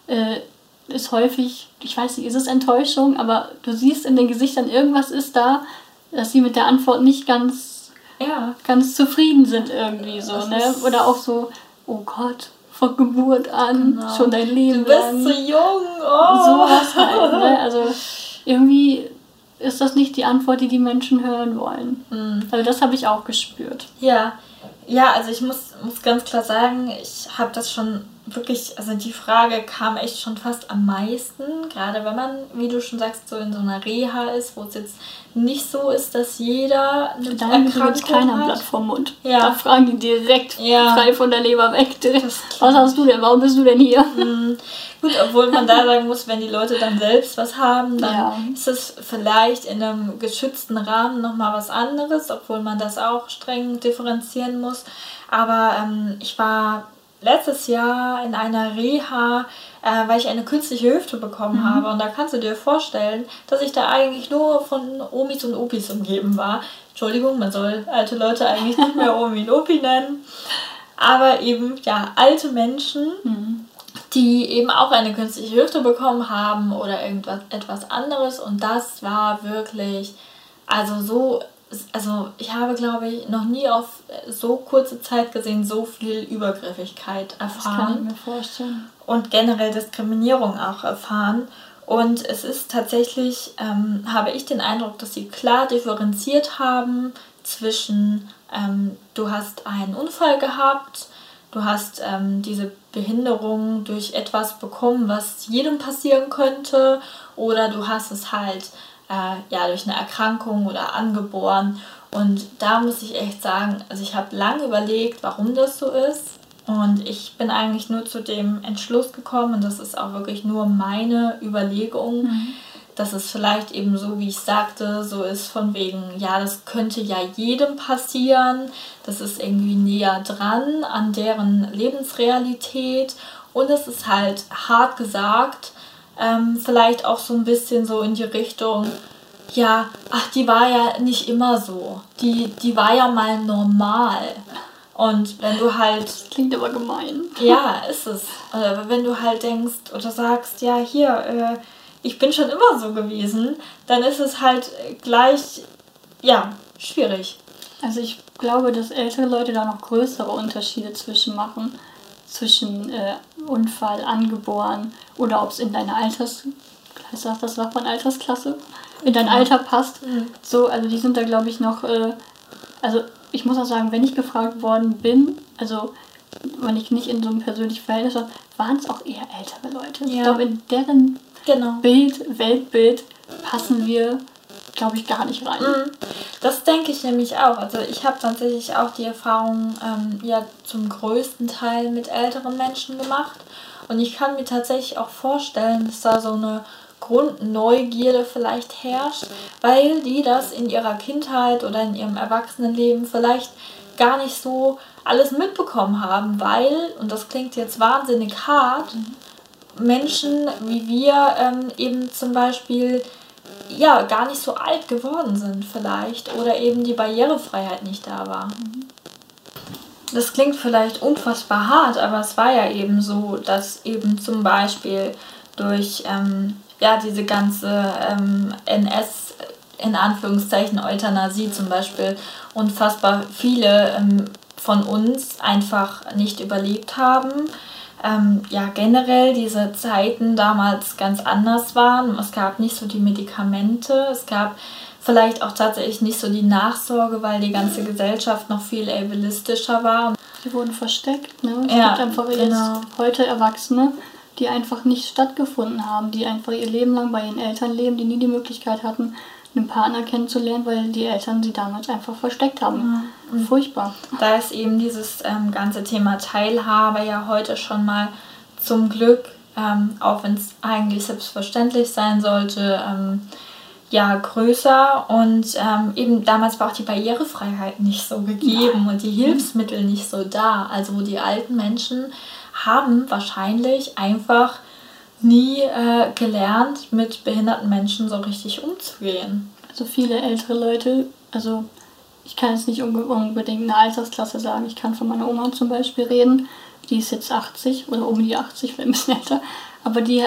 B: ist häufig, ich weiß nicht, ist es Enttäuschung, aber du siehst in den Gesichtern, irgendwas ist da, dass sie mit der Antwort nicht ganz zufrieden sind irgendwie so, ne? Oder auch so, oh Gott, von Geburt an, schon dein Leben lang.
A: Du bist so jung, oh.
B: Sowas halt, ne? Also irgendwie ist das nicht die Antwort, die Menschen hören wollen. Also das habe ich auch gespürt.
A: Ja, also ich muss ganz klar sagen, ich habe das schon wirklich, also die Frage kam echt schon fast am meisten, gerade wenn man, wie du schon sagst, so in so einer Reha ist, wo es jetzt nicht so ist, dass jeder eine Erkrankung hat.
B: Keiner Blatt vom Mund. Ja. Da fragen die direkt frei von der Leber weg. Was hast du denn? Warum bist du denn hier?
A: Gut, obwohl man da sagen muss, wenn die Leute dann selbst was haben, dann ist es vielleicht in einem geschützten Rahmen nochmal was anderes, obwohl man das auch streng differenzieren muss. Aber ich war letztes Jahr in einer Reha, weil ich eine künstliche Hüfte bekommen habe. Und da kannst du dir vorstellen, dass ich da eigentlich nur von Omis und Opis umgeben war. Entschuldigung, man soll alte Leute eigentlich nicht mehr Omi und Opi nennen. Aber eben, alte Menschen, die eben auch eine künstliche Hüfte bekommen haben oder etwas anderes. Und das war wirklich, also ich habe, glaube ich, noch nie auf so kurze Zeit gesehen, so viel Übergriffigkeit erfahren.
B: Das kann ich mir vorstellen.
A: Und generell Diskriminierung auch erfahren. Und es ist tatsächlich, habe ich den Eindruck, dass sie klar differenziert haben zwischen, du hast einen Unfall gehabt, du hast diese Behinderung durch etwas bekommen, was jedem passieren könnte, oder du hast es halt durch eine Erkrankung oder angeboren. Und da muss ich echt sagen, also ich habe lange überlegt, warum das so ist. Und ich bin eigentlich nur zu dem Entschluss gekommen, und das ist auch wirklich nur meine Überlegung, dass es vielleicht eben so, wie ich sagte, so ist von wegen, das könnte ja jedem passieren, das ist irgendwie näher dran an deren Lebensrealität, und es ist halt hart gesagt, vielleicht auch so ein bisschen so in die Richtung, die war ja nicht immer so, die war ja mal normal. Und wenn du halt...
B: Das klingt aber gemein.
A: Ja, ist es. Wenn du halt denkst oder sagst, ich bin schon immer so gewesen, dann ist es halt gleich, ja, schwierig.
B: Also ich glaube, dass ältere Leute da noch größere Unterschiede zwischen Unfall, angeboren oder ob es in deine Altersklasse, in dein Alter passt.
A: Mhm.
B: So, also die sind da, glaube ich, noch, also ich muss auch sagen, wenn ich gefragt worden bin, also wenn ich nicht in so einem persönlichen Verhältnis war, waren es auch eher ältere Leute.
A: Ja.
B: Ich glaube, in deren Weltbild passen wir, glaube ich, gar nicht rein.
A: Das denke ich nämlich auch. Also ich habe tatsächlich auch die Erfahrung zum größten Teil mit älteren Menschen gemacht. Und ich kann mir tatsächlich auch vorstellen, dass da so eine Grundneugierde vielleicht herrscht, weil die das in ihrer Kindheit oder in ihrem Erwachsenenleben vielleicht gar nicht so alles mitbekommen haben, weil, und das klingt jetzt wahnsinnig hart, Menschen wie wir eben zum Beispiel gar nicht so alt geworden sind vielleicht oder eben die Barrierefreiheit nicht da war. Das klingt vielleicht unfassbar hart, aber es war ja eben so, dass eben zum Beispiel durch diese ganze NS, in Anführungszeichen Euthanasie zum Beispiel, unfassbar viele von uns einfach nicht überlebt haben. Generell diese Zeiten damals ganz anders waren. Es gab nicht so die Medikamente, es gab vielleicht auch tatsächlich nicht so die Nachsorge, weil die ganze Gesellschaft noch viel ableistischer war.
B: Die wurden versteckt, ne? Es gibt einfach jetzt heute Erwachsene, die einfach nicht stattgefunden haben, die einfach ihr Leben lang bei ihren Eltern leben, die nie die Möglichkeit hatten, einen Partner kennenzulernen, weil die Eltern sie damals einfach versteckt haben. Furchtbar.
A: Da ist eben dieses ganze Thema Teilhabe ja heute schon mal zum Glück, auch wenn es eigentlich selbstverständlich sein sollte, größer. Und eben damals war auch die Barrierefreiheit nicht so gegeben und die Hilfsmittel nicht so da. Also die alten Menschen haben wahrscheinlich einfach nie gelernt, mit behinderten Menschen so richtig umzugehen.
B: Also viele ältere Leute, also ich kann jetzt nicht unbedingt eine Altersklasse sagen, ich kann von meiner Oma zum Beispiel reden, die ist jetzt 80 oder um die 80, vielleicht ein bisschen älter, aber die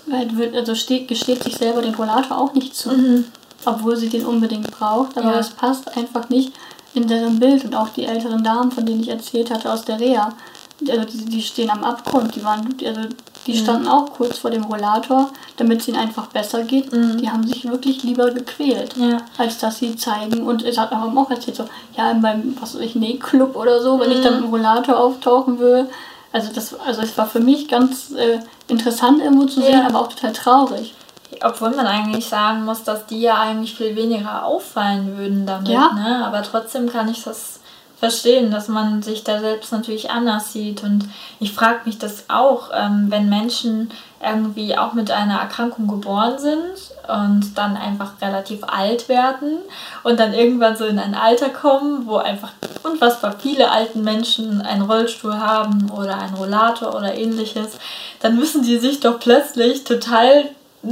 B: gesteht sich selber den Rollator auch nicht zu, obwohl sie den unbedingt braucht, aber es passt einfach nicht in deren Bild. Und auch die älteren Damen, von denen ich erzählt hatte aus der Reha, also die stehen am Abgrund, die standen auch kurz vor dem Rollator, damit es ihnen einfach besser geht. Die haben sich wirklich lieber gequält, als dass sie zeigen. Und es hat auch erzählt, so, beim Nähclub oder so, wenn ich dann mit dem Rollator auftauchen will. Also es war für mich ganz interessant irgendwo zu sehen, aber auch total traurig.
A: Obwohl man eigentlich sagen muss, dass die ja eigentlich viel weniger auffallen würden damit. Ne? Aber trotzdem kann ich das verstehen, dass man sich da selbst natürlich anders sieht. Und ich frage mich das auch, wenn Menschen irgendwie auch mit einer Erkrankung geboren sind und dann einfach relativ alt werden und dann irgendwann so in ein Alter kommen, wo einfach unfassbar viele alten Menschen einen Rollstuhl haben oder einen Rollator oder ähnliches, dann müssen die sich doch plötzlich total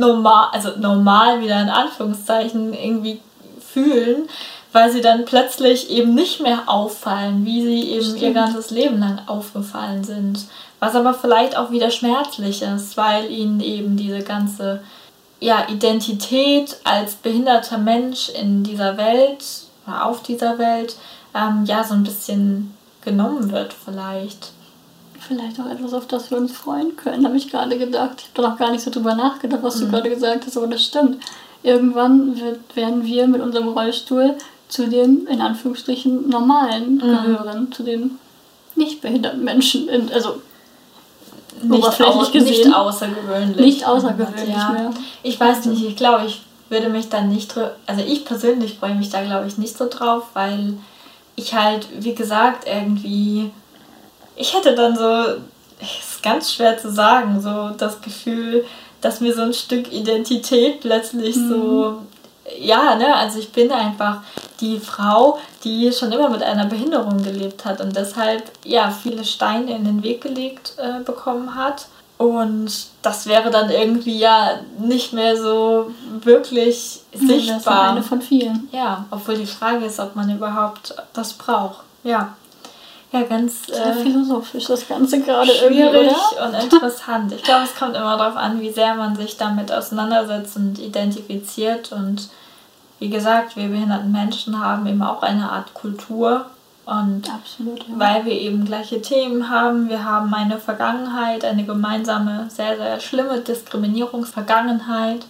A: normal wieder in Anführungszeichen irgendwie fühlen, weil sie dann plötzlich eben nicht mehr auffallen, wie sie eben ihr ganzes Leben lang aufgefallen sind. Was aber vielleicht auch wieder schmerzlich ist, weil ihnen eben diese ganze Identität als behinderter Mensch in dieser Welt oder auf dieser Welt so ein bisschen genommen wird vielleicht.
B: Vielleicht auch etwas, auf das wir uns freuen können, habe ich gerade gedacht. Ich habe da noch gar nicht so drüber nachgedacht, was du gerade gesagt hast, aber das stimmt. Irgendwann werden wir mit unserem Rollstuhl zu den, in Anführungsstrichen, normalen gehören, zu den nicht behinderten Menschen. Also oberflächlich gesehen.
A: Nicht außergewöhnlich.
B: Nicht außergewöhnlich mehr.
A: Ich weiß nicht, ich glaube, ich würde mich dann nicht also ich persönlich freue mich da, glaube ich, nicht so drauf, weil ich halt, wie gesagt, irgendwie, ich hätte dann so, ist ganz schwer zu sagen, so das Gefühl, dass mir so ein Stück Identität plötzlich so, also ich bin einfach die Frau, die schon immer mit einer Behinderung gelebt hat und deshalb, viele Steine in den Weg gelegt bekommen hat. Und das wäre dann irgendwie nicht mehr so wirklich sichtbar. Das ist eine
B: von vielen.
A: Ja, obwohl die Frage ist, ob man überhaupt das braucht. Ja. ja ganz
B: sehr philosophisch das Ganze gerade
A: schwierig
B: irgendwie,
A: und interessant. Ich glaube, es kommt immer darauf an, wie sehr man sich damit auseinandersetzt und identifiziert. Und wie gesagt, wir behinderten Menschen haben eben auch eine Art Kultur. Und
B: absolut, ja.
A: weil wir eben gleiche Themen haben, wir haben eine Vergangenheit, eine gemeinsame, sehr, sehr schlimme Diskriminierungsvergangenheit.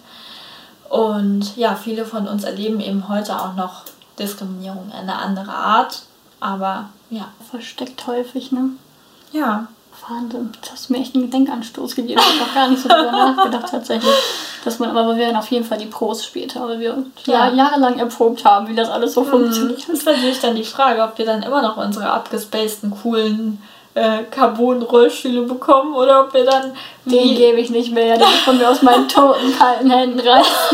A: Und ja, viele von uns erleben eben heute auch noch Diskriminierung eine andere Art. Aber ja.
B: Versteckt häufig, ne?
A: Ja.
B: Wahnsinn. Das hast du mir echt einen Gedenkanstoß gegeben. Ich habe auch gar nicht so drüber nachgedacht tatsächlich. Aber wir werden auf jeden Fall die Pros später, weil wir jahrelang erprobt haben, wie das alles so funktioniert.
A: Das ist natürlich dann die Frage, ob wir dann immer noch unsere abgespaceden, coolen Carbon-Rollstühle bekommen oder ob wir dann...
B: Den gebe ich nicht mehr, den ich von mir aus meinen toten, kalten Händen reißen.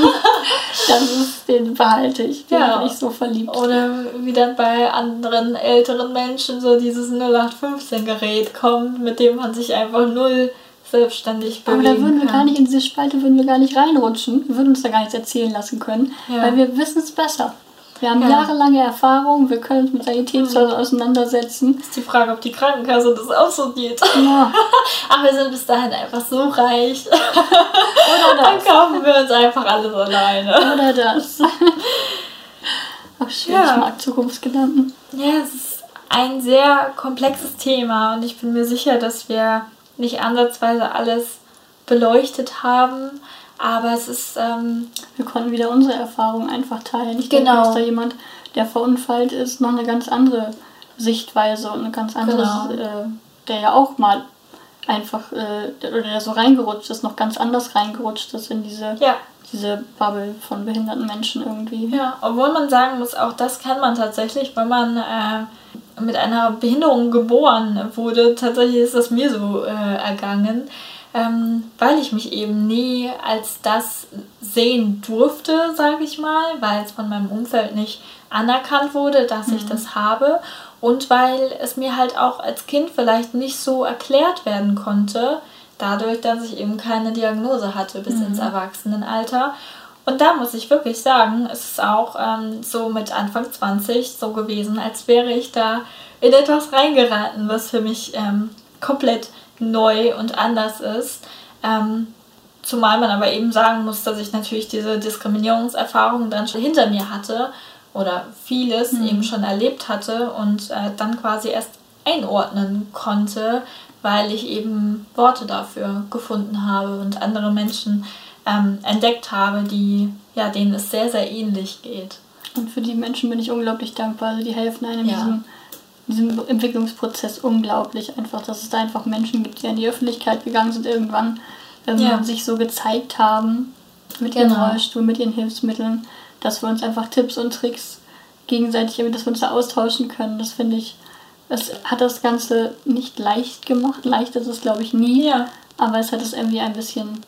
B: Den behalte ich. Den bin ich so verliebt.
A: Oder wie dann bei anderen älteren Menschen so dieses 0815-Gerät kommt, mit dem man sich einfach null selbstständig bewegen
B: Aber da würden wir gar nicht in diese Spalte reinrutschen. Wir würden uns da gar nichts erzählen lassen können, weil wir wissen es besser. Wir haben jahrelange Erfahrung, wir können uns mit Sanitätsfällen auseinandersetzen.
A: Ist die Frage, ob die Krankenkasse das auch so geht.
B: Ja.
A: Ach, wir sind bis dahin einfach so reich. Oder das. Dann kaufen wir uns einfach alles alleine.
B: Oder das. Ach schön, ich mag Zukunftsgedanken.
A: Ja, es ist ein sehr komplexes Thema und ich bin mir sicher, dass wir nicht ansatzweise alles beleuchtet haben. Aber es ist...
B: wir konnten wieder unsere Erfahrungen einfach teilen. Ich denke, dass da jemand, der verunfallt ist, noch eine ganz andere Sichtweise und eine ganz andere, der ja auch mal einfach, oder der so reingerutscht ist, noch ganz anders reingerutscht ist in diese Bubble von behinderten Menschen irgendwie.
A: Ja, obwohl man sagen muss, auch das kann man tatsächlich, wenn man mit einer Behinderung geboren wurde. Tatsächlich ist das mir so ergangen. Weil ich mich eben nie als das sehen durfte, sage ich mal, weil es von meinem Umfeld nicht anerkannt wurde, dass ich das habe und weil es mir halt auch als Kind vielleicht nicht so erklärt werden konnte, dadurch, dass ich eben keine Diagnose hatte bis ins Erwachsenenalter. Und da muss ich wirklich sagen, es ist auch so mit Anfang 20 so gewesen, als wäre ich da in etwas reingeraten, was für mich komplett neu und anders ist. Zumal man aber eben sagen muss, dass ich natürlich diese Diskriminierungserfahrung dann schon hinter mir hatte oder vieles eben schon erlebt hatte und dann quasi erst einordnen konnte, weil ich eben Worte dafür gefunden habe und andere Menschen entdeckt habe, denen es sehr, sehr ähnlich geht.
B: Und für die Menschen bin ich unglaublich dankbar. Also die helfen einem diesem Entwicklungsprozess unglaublich einfach, dass es da einfach Menschen gibt, die in die Öffentlichkeit gegangen sind irgendwann und sich so gezeigt haben mit ihrem Rollstuhl, mit ihren Hilfsmitteln, dass wir uns einfach Tipps und Tricks gegenseitig, dass wir uns da austauschen können. Das finde ich, es hat das Ganze nicht leicht gemacht. Leicht ist es, glaube ich, nie, aber es hat es irgendwie ein bisschen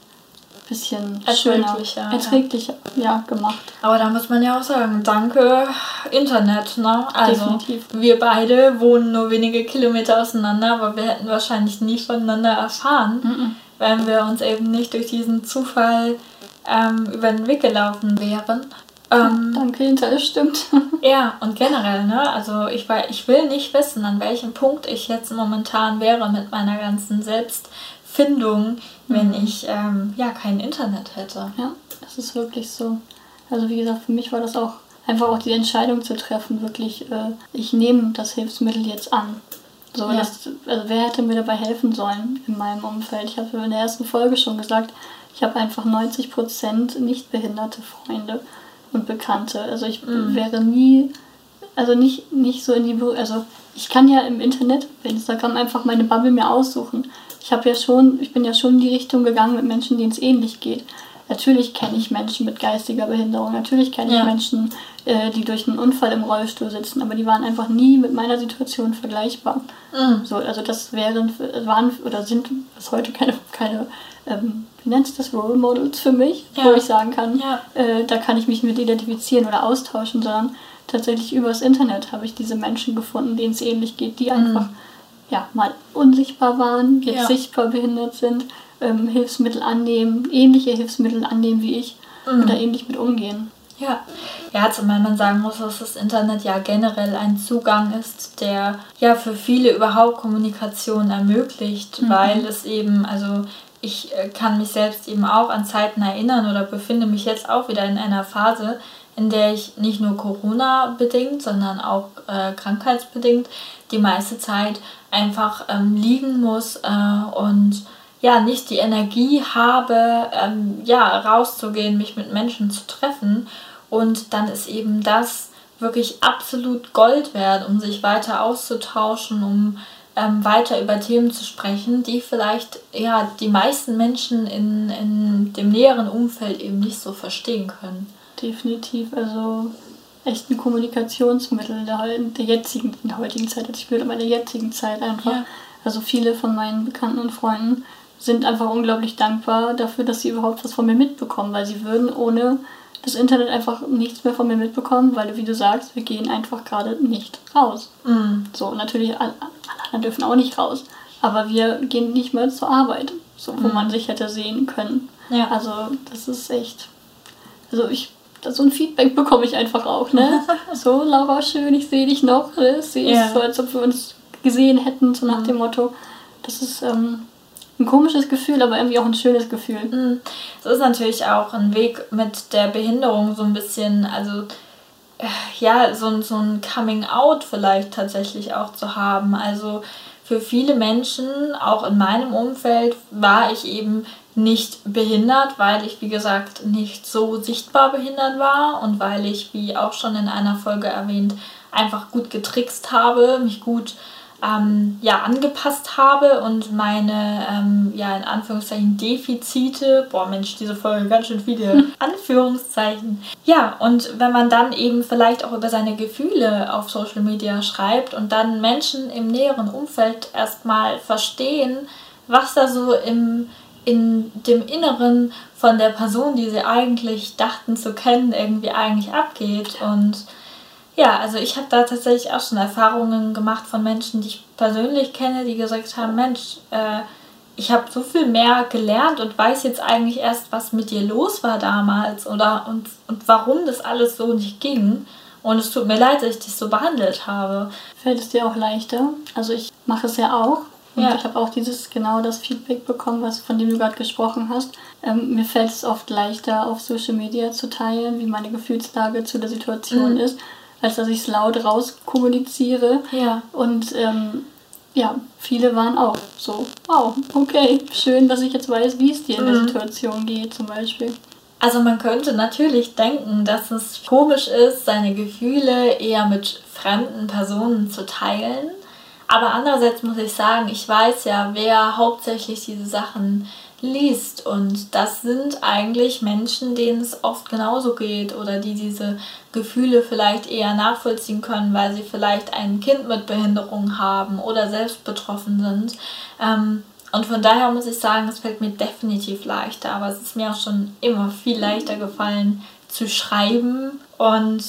B: erträglicher gemacht.
A: Aber da muss man ja auch sagen, danke Internet, ne? Also
B: definitiv.
A: Wir beide wohnen nur wenige Kilometer auseinander, aber wir hätten wahrscheinlich nie voneinander erfahren, wenn wir uns eben nicht durch diesen Zufall über den Weg gelaufen wären.
B: Danke, Internet, stimmt.
A: Ja, und generell, ne? Also ich will nicht wissen, an welchem Punkt ich jetzt momentan wäre mit meiner ganzen Selbstfindung, wenn ich kein Internet hätte.
B: Ja, das ist wirklich so. Also wie gesagt, für mich war das auch einfach die Entscheidung zu treffen, wirklich, ich nehme das Hilfsmittel jetzt an. So, wer hätte mir dabei helfen sollen in meinem Umfeld? Ich habe in der ersten Folge schon gesagt, ich habe einfach 90% nicht behinderte Freunde und Bekannte. Also ich wäre nie, also nicht so in die, also ich kann ja im Internet, bei Instagram einfach meine Bubble mir aussuchen. Ich bin ja schon in die Richtung gegangen mit Menschen, denen es ähnlich geht. Natürlich kenne ich Menschen mit geistiger Behinderung, natürlich kenne ich Menschen, die durch einen Unfall im Rollstuhl sitzen, aber die waren einfach nie mit meiner Situation vergleichbar. So, also das waren oder sind bis heute keine wie nennt es das, Role Models für mich, wo ich sagen kann, da kann ich mich mit identifizieren oder austauschen, sondern tatsächlich übers Internet habe ich diese Menschen gefunden, denen es ähnlich geht, die einfach mal unsichtbar waren, jetzt sichtbar behindert sind, Hilfsmittel annehmen, ähnliche Hilfsmittel annehmen wie ich und da ähnlich mit umgehen.
A: Ja, zumal man sagen muss, dass das Internet ja generell ein Zugang ist, der ja für viele überhaupt Kommunikation ermöglicht, weil es eben, also ich kann mich selbst eben auch an Zeiten erinnern oder befinde mich jetzt auch wieder in einer Phase, in der ich nicht nur Corona-bedingt, sondern auch krankheitsbedingt die meiste Zeit einfach liegen muss und ja, nicht die Energie habe, rauszugehen, mich mit Menschen zu treffen. Und dann ist eben das wirklich absolut Gold wert, um sich weiter auszutauschen, um weiter über Themen zu sprechen, die vielleicht die meisten Menschen in dem näheren Umfeld eben nicht so verstehen können.
B: Definitiv, also echt ein Kommunikationsmittel der heutigen Zeit, ich würde meine jetzigen Zeit einfach. Ja. Also viele von meinen Bekannten und Freunden sind einfach unglaublich dankbar dafür, dass sie überhaupt was von mir mitbekommen, weil sie würden ohne das Internet einfach nichts mehr von mir mitbekommen, weil, wie du sagst, wir gehen einfach gerade nicht raus. So, natürlich, alle anderen dürfen auch nicht raus, aber wir gehen nicht mehr zur Arbeit, so, wo man sich hätte sehen können. Ja. Also, das ist echt, so ein Feedback bekomme ich einfach auch, ne? So, Laura, schön, ich sehe dich noch, ne? Es ist so, als ob wir uns gesehen hätten, so nach dem Motto. Das ist ein komisches Gefühl, aber irgendwie auch ein schönes Gefühl.
A: Es ist natürlich auch ein Weg mit der Behinderung so ein bisschen, also so ein Coming-out vielleicht tatsächlich auch zu haben. Also für viele Menschen, auch in meinem Umfeld, war ich eben nicht behindert, weil ich, wie gesagt, nicht so sichtbar behindert war und weil ich, wie auch schon in einer Folge erwähnt, einfach gut getrickst habe, mich gut angepasst habe und meine, in Anführungszeichen, Defizite, diese Folge, ganz schön viele Anführungszeichen. Ja, und wenn man dann eben vielleicht auch über seine Gefühle auf Social Media schreibt und dann Menschen im näheren Umfeld erstmal verstehen, was da so in dem Inneren von der Person, die sie eigentlich dachten zu kennen, irgendwie eigentlich abgeht. Und ja, also ich habe da tatsächlich auch schon Erfahrungen gemacht von Menschen, die ich persönlich kenne, die gesagt haben, Mensch, ich habe so viel mehr gelernt und weiß jetzt eigentlich erst, was mit dir los war damals und warum das alles so nicht ging. Und es tut mir leid, dass ich dich so behandelt habe.
B: Fällt es dir auch leichter? Also ich mache es ja auch. Und ich habe auch das Feedback bekommen, von dem du gerade gesprochen hast. Mir fällt es oft leichter, auf Social Media zu teilen, wie meine Gefühlslage zu der Situation ist, als dass ich es laut rauskommuniziere. Ja. Und viele waren auch so, wow, okay, schön, dass ich jetzt weiß, wie es dir in der Situation geht zum Beispiel.
A: Also man könnte natürlich denken, dass es komisch ist, seine Gefühle eher mit fremden Personen zu teilen. Aber andererseits muss ich sagen, ich weiß ja, wer hauptsächlich diese Sachen liest. Und das sind eigentlich Menschen, denen es oft genauso geht oder die diese Gefühle vielleicht eher nachvollziehen können, weil sie vielleicht ein Kind mit Behinderung haben oder selbst betroffen sind. Und von daher muss ich sagen, es fällt mir definitiv leichter. Aber es ist mir auch schon immer viel leichter gefallen zu schreiben und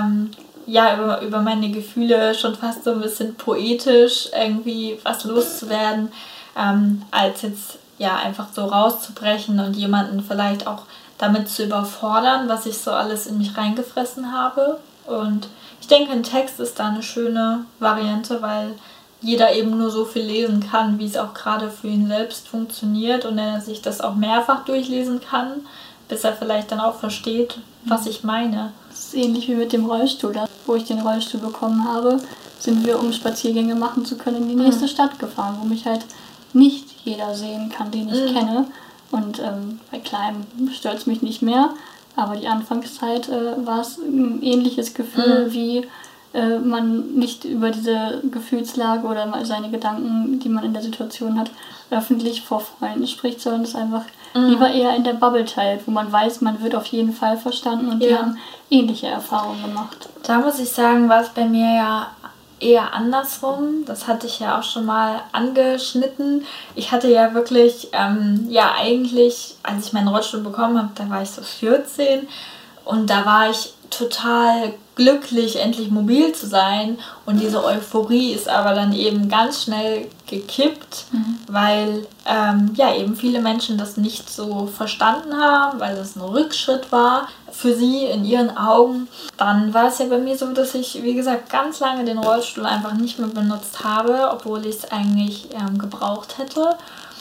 A: über meine Gefühle schon fast so ein bisschen poetisch irgendwie was loszuwerden, als jetzt einfach so rauszubrechen und jemanden vielleicht auch damit zu überfordern, was ich so alles in mich reingefressen habe. Und ich denke, ein Text ist da eine schöne Variante, weil jeder eben nur so viel lesen kann, wie es auch gerade für ihn selbst funktioniert und er sich das auch mehrfach durchlesen kann, bis er vielleicht dann auch versteht, was ich meine.
B: Das ist ähnlich wie mit dem Rollstuhl. Wo ich den Rollstuhl bekommen habe, sind wir, um Spaziergänge machen zu können, in die nächste Stadt gefahren, wo mich halt nicht jeder sehen kann, den ich kenne. Und bei Kleinem stört es mich nicht mehr. Aber die Anfangszeit war es ein ähnliches Gefühl, wie man nicht über diese Gefühlslage oder seine Gedanken, die man in der Situation hat, öffentlich vor Freunden spricht, sondern es einfach lieber eher in der Bubble teilt, wo man weiß, man wird auf jeden Fall verstanden und die haben ähnliche Erfahrungen gemacht.
A: Da muss ich sagen, war es bei mir ja eher andersrum. Das hatte ich ja auch schon mal angeschnitten. Ich hatte ja wirklich, eigentlich, als ich meinen Rollstuhl bekommen habe, da war ich so 14 und da war ich total glücklich, endlich mobil zu sein. Und diese Euphorie ist aber dann eben ganz schnell gekippt, weil eben viele Menschen das nicht so verstanden haben, weil das ein Rückschritt war. für sie in ihren Augen. Dann war es ja bei mir so, dass ich, wie gesagt, ganz lange den Rollstuhl einfach nicht mehr benutzt habe, obwohl ich es eigentlich gebraucht hätte.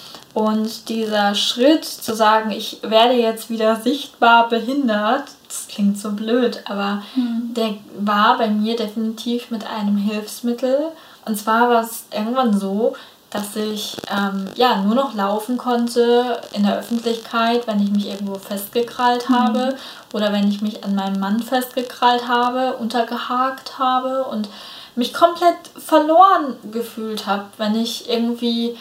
A: Und dieser Schritt zu sagen, ich werde jetzt wieder sichtbar behindert, das klingt so blöd, aber der war bei mir definitiv mit einem Hilfsmittel. Und zwar war es irgendwann so, dass ich nur noch laufen konnte in der Öffentlichkeit, wenn ich mich irgendwo festgekrallt habe oder wenn ich mich an meinem Mann festgekrallt habe, untergehakt habe und mich komplett verloren gefühlt habe, wenn ich irgendwie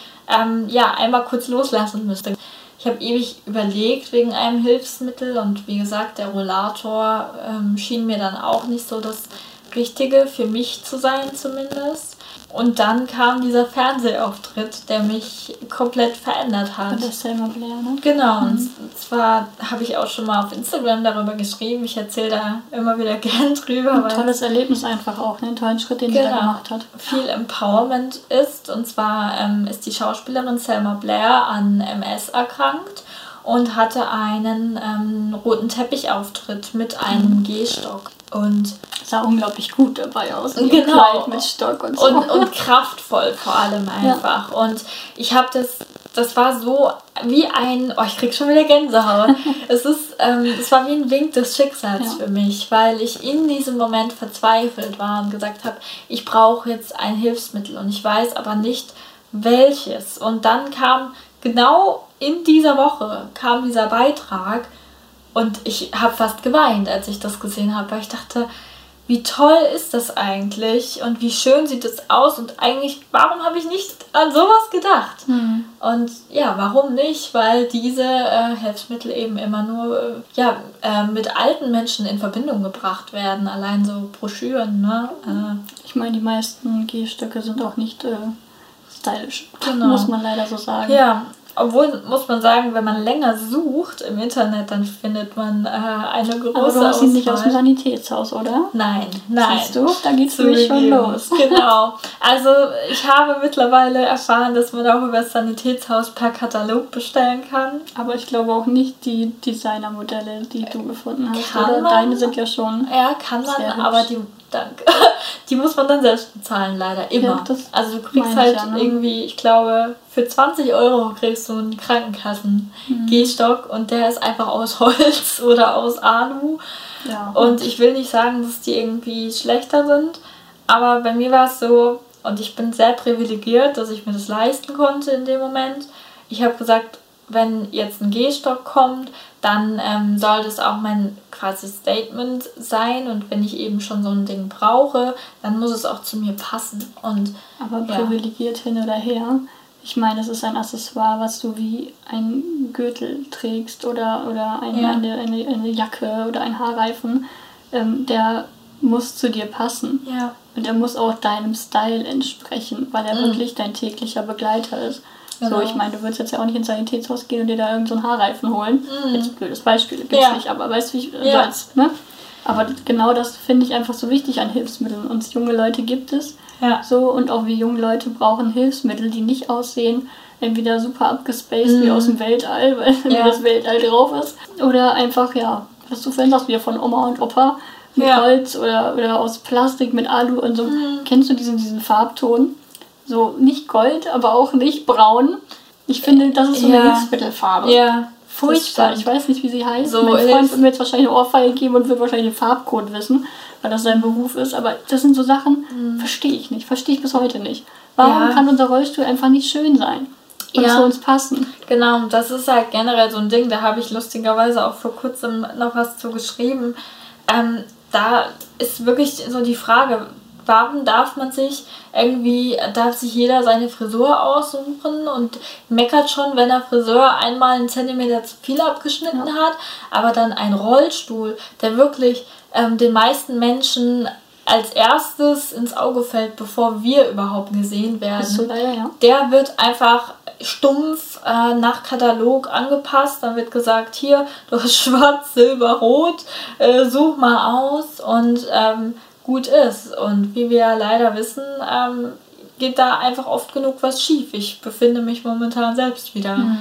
A: einmal kurz loslassen müsste. Ich habe ewig überlegt wegen einem Hilfsmittel und wie gesagt, der Rollator schien mir dann auch nicht so das Richtige für mich zu sein zumindest. Und dann kam dieser Fernsehauftritt, der mich komplett verändert hat.
B: Und das Selma Blair, ne?
A: Genau, und zwar habe ich auch schon mal auf Instagram darüber geschrieben. Ich erzähle da immer wieder gern drüber.
B: Ein tolles Erlebnis einfach auch, ne? Einen tollen Schritt, den sie da gemacht hat.
A: Viel Empowerment ist. Und zwar ist die Schauspielerin Selma Blair an MS erkrankt und hatte einen roten Teppichauftritt mit einem Gehstock. Und
B: sah unglaublich gut dabei aus.
A: Genau.
B: Kleid mit Stock und so.
A: Und kraftvoll vor allem einfach. Ja. Und ich habe das war so wie ich krieg schon wieder Gänsehaut. Es war wie ein Wink des Schicksals für mich, weil ich in diesem Moment verzweifelt war und gesagt habe, ich brauche jetzt ein Hilfsmittel und ich weiß aber nicht welches. Und dann kam genau in dieser Woche dieser Beitrag und ich habe fast geweint, als ich das gesehen habe, weil ich dachte, wie toll ist das eigentlich und wie schön sieht es aus und eigentlich, warum habe ich nicht an sowas gedacht? Und ja, warum nicht? Weil diese Hilfsmittel eben immer nur mit alten Menschen in Verbindung gebracht werden, allein so Broschüren. Ne?
B: Ich meine, die meisten Gehstöcke sind auch nicht stylisch, muss man leider so sagen.
A: Ja. Obwohl, muss man sagen, wenn man länger sucht im Internet, dann findet man eine große Auswahl.
B: Aber du hast ihn nicht aus dem Sanitätshaus, oder?
A: Nein.
B: Siehst du, da geht's nämlich schon los.
A: Genau. Also ich habe mittlerweile erfahren, dass man auch über das Sanitätshaus per Katalog bestellen kann.
B: Aber ich glaube auch nicht die Designermodelle, die du gefunden hast.
A: Kann man?
B: Deine sind ja schon.
A: Ja, kann man, aber die muss man dann selbst bezahlen, leider immer.
B: Ja,
A: also du kriegst halt irgendwie, ich glaube, für 20 € kriegst du einen Krankenkassen-Gehstock und der ist einfach aus Holz oder aus Alu.
B: Ja.
A: Und ich will nicht sagen, dass die irgendwie schlechter sind, aber bei mir war es so, und ich bin sehr privilegiert, dass ich mir das leisten konnte in dem Moment. Ich habe gesagt, wenn jetzt ein Gehstock kommt, dann soll das auch mein quasi Statement sein und wenn ich eben schon so ein Ding brauche, dann muss es auch zu mir passen.
B: Aber privilegiert hin oder her, ich meine, es ist ein Accessoire, was du wie ein Gürtel trägst oder eine Jacke oder ein Haarreifen, der muss zu dir passen.
A: Ja.
B: Und er muss auch deinem Style entsprechen, weil er wirklich dein täglicher Begleiter ist. Genau. So, ich meine, du würdest jetzt ja auch nicht ins Sanitätshaus gehen und dir da irgendeinen Haarreifen holen. Jetzt blödes Beispiel, gibt's nicht, aber weißt du, wie ich ne? Aber genau das finde ich einfach so wichtig an Hilfsmitteln. Und junge Leute gibt es so und auch wir junge Leute brauchen Hilfsmittel, die nicht aussehen, entweder super abgespaced wie aus dem Weltall, weil das Weltall drauf ist. Oder einfach, was du vorhin sagst, wieder von Oma und Opa mit Holz oder aus Plastik mit Alu und so. Kennst du diesen Farbton? So nicht Gold, aber auch nicht braun. Ich finde, das ist so eine Hilfsmittelfarbe.
A: Ja.
B: Furchtbar. Ich weiß nicht, wie sie heißt.
A: So
B: mein Freund wird mir jetzt wahrscheinlich eine Ohrfeige geben und wird wahrscheinlich den Farbcode wissen, weil das sein Beruf ist. Aber das sind so Sachen, verstehe ich nicht. Verstehe ich bis heute nicht. Warum kann unser Rollstuhl einfach nicht schön sein? Und zu uns passen?
A: Genau, das ist halt generell so ein Ding. Da habe ich lustigerweise auch vor kurzem noch was zu geschrieben. Da ist wirklich so die Frage, warum darf sich jeder seine Frisur aussuchen und meckert schon, wenn der Friseur einmal einen Zentimeter zu viel abgeschnitten hat, aber dann ein Rollstuhl, der wirklich den meisten Menschen als erstes ins Auge fällt, bevor wir überhaupt gesehen werden.
B: Ist so leider,
A: Der wird einfach stumpf nach Katalog angepasst. Dann wird gesagt, hier, du hast schwarz, silber, rot, such mal aus und gut ist. Und wie wir leider wissen, geht da einfach oft genug was schief. Ich befinde mich momentan selbst wieder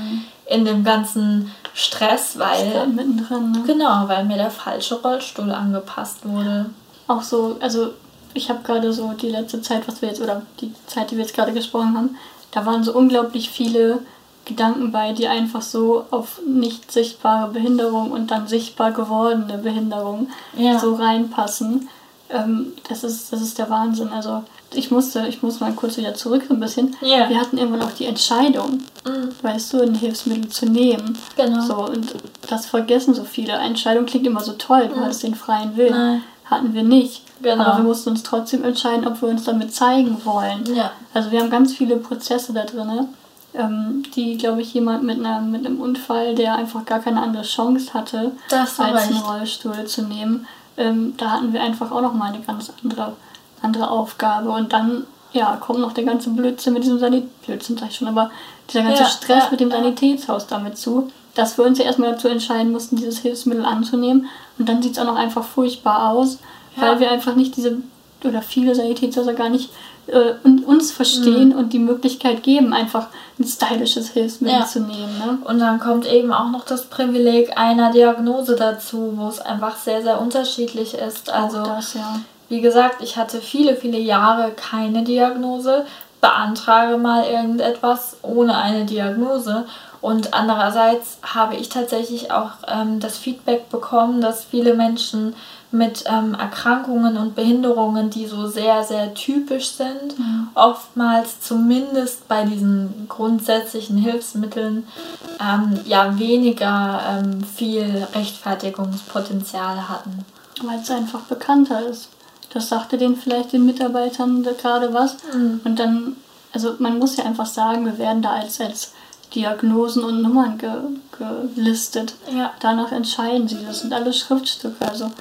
A: in dem ganzen Stress, weil
B: mittendrin, ne?
A: Genau, weil mir der falsche Rollstuhl angepasst wurde.
B: Auch so, also ich habe gerade so die letzte Zeit, die Zeit, die wir jetzt gerade gesprochen haben, da waren so unglaublich viele Gedanken bei, die einfach so auf nicht sichtbare Behinderung und dann sichtbar gewordene Behinderung so reinpassen. Das ist der Wahnsinn. Also ich muss mal kurz wieder zurück so ein bisschen.
A: Yeah.
B: Wir hatten irgendwann auch die Entscheidung, weißt du, ein Hilfsmittel zu nehmen.
A: Genau.
B: So, und das vergessen so viele. Entscheidung klingt immer so toll, du hattest den freien Willen. Nein. Hatten wir nicht. Genau. Aber wir mussten uns trotzdem entscheiden, ob wir uns damit zeigen wollen. Ja. Also wir haben ganz viele Prozesse da drin, die, glaube ich, jemand mit einem Unfall, der einfach gar keine andere Chance hatte, als einen Rollstuhl zu nehmen, da hatten wir einfach auch nochmal eine ganz andere Aufgabe. Und dann, kommt noch der ganze Blödsinn mit diesem Blödsinn sag ich schon, aber dieser ganze Stress mit dem Sanitätshaus damit zu, dass wir uns ja erstmal dazu entscheiden mussten, dieses Hilfsmittel anzunehmen. Und dann sieht es auch noch einfach furchtbar aus, weil wir einfach nicht viele Sanitätshäuser gar nicht uns verstehen und die Möglichkeit geben, einfach ein stylisches Hilfsmittel zu nehmen. Ne?
A: Und dann kommt eben auch noch das Privileg einer Diagnose dazu, wo es einfach sehr, sehr unterschiedlich ist. Also, wie gesagt, ich hatte viele, viele Jahre keine Diagnose, beantrage mal irgendetwas ohne eine Diagnose. Und andererseits habe ich tatsächlich auch das Feedback bekommen, dass viele Menschen mit Erkrankungen und Behinderungen, die so sehr, sehr typisch sind, oftmals zumindest bei diesen grundsätzlichen Hilfsmitteln weniger viel Rechtfertigungspotenzial hatten.
B: Weil es einfach bekannter ist. Das sagte denen vielleicht den Mitarbeitern gerade was. Und dann, also man muss ja einfach sagen, wir werden da als Diagnosen und Nummern gelistet. Ja. Danach entscheiden sie. Das sind alles Schriftstücke. Also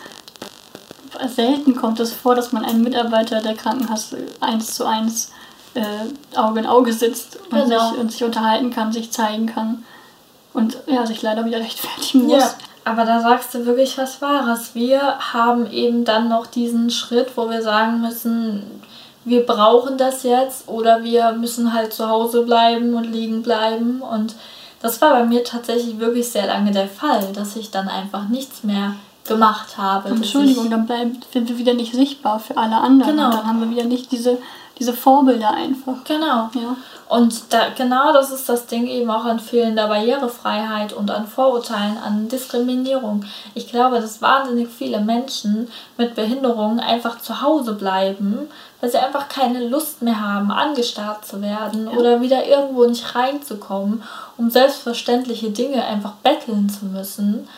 B: selten kommt es vor, dass man einen Mitarbeiter der Krankenkasse 1:1 Auge in Auge sitzt und sich unterhalten kann, sich zeigen kann und sich leider wieder rechtfertigen muss. Ja.
A: Aber da sagst du wirklich was Wahres. Wir haben eben dann noch diesen Schritt, wo wir sagen müssen, wir brauchen das jetzt oder wir müssen halt zu Hause bleiben und liegen bleiben. Und das war bei mir tatsächlich wirklich sehr lange der Fall, dass ich dann einfach nichts mehr gemacht habe.
B: Entschuldigung, dann sind wir wieder nicht sichtbar für alle anderen. Genau. Und dann haben wir wieder nicht diese Vorbilder einfach.
A: Genau. Ja. Und das ist das Ding eben auch an fehlender Barrierefreiheit und an Vorurteilen, an Diskriminierung. Ich glaube, dass wahnsinnig viele Menschen mit Behinderungen einfach zu Hause bleiben, weil sie einfach keine Lust mehr haben, angestarrt zu werden oder wieder irgendwo nicht reinzukommen, um selbstverständliche Dinge einfach betteln zu müssen.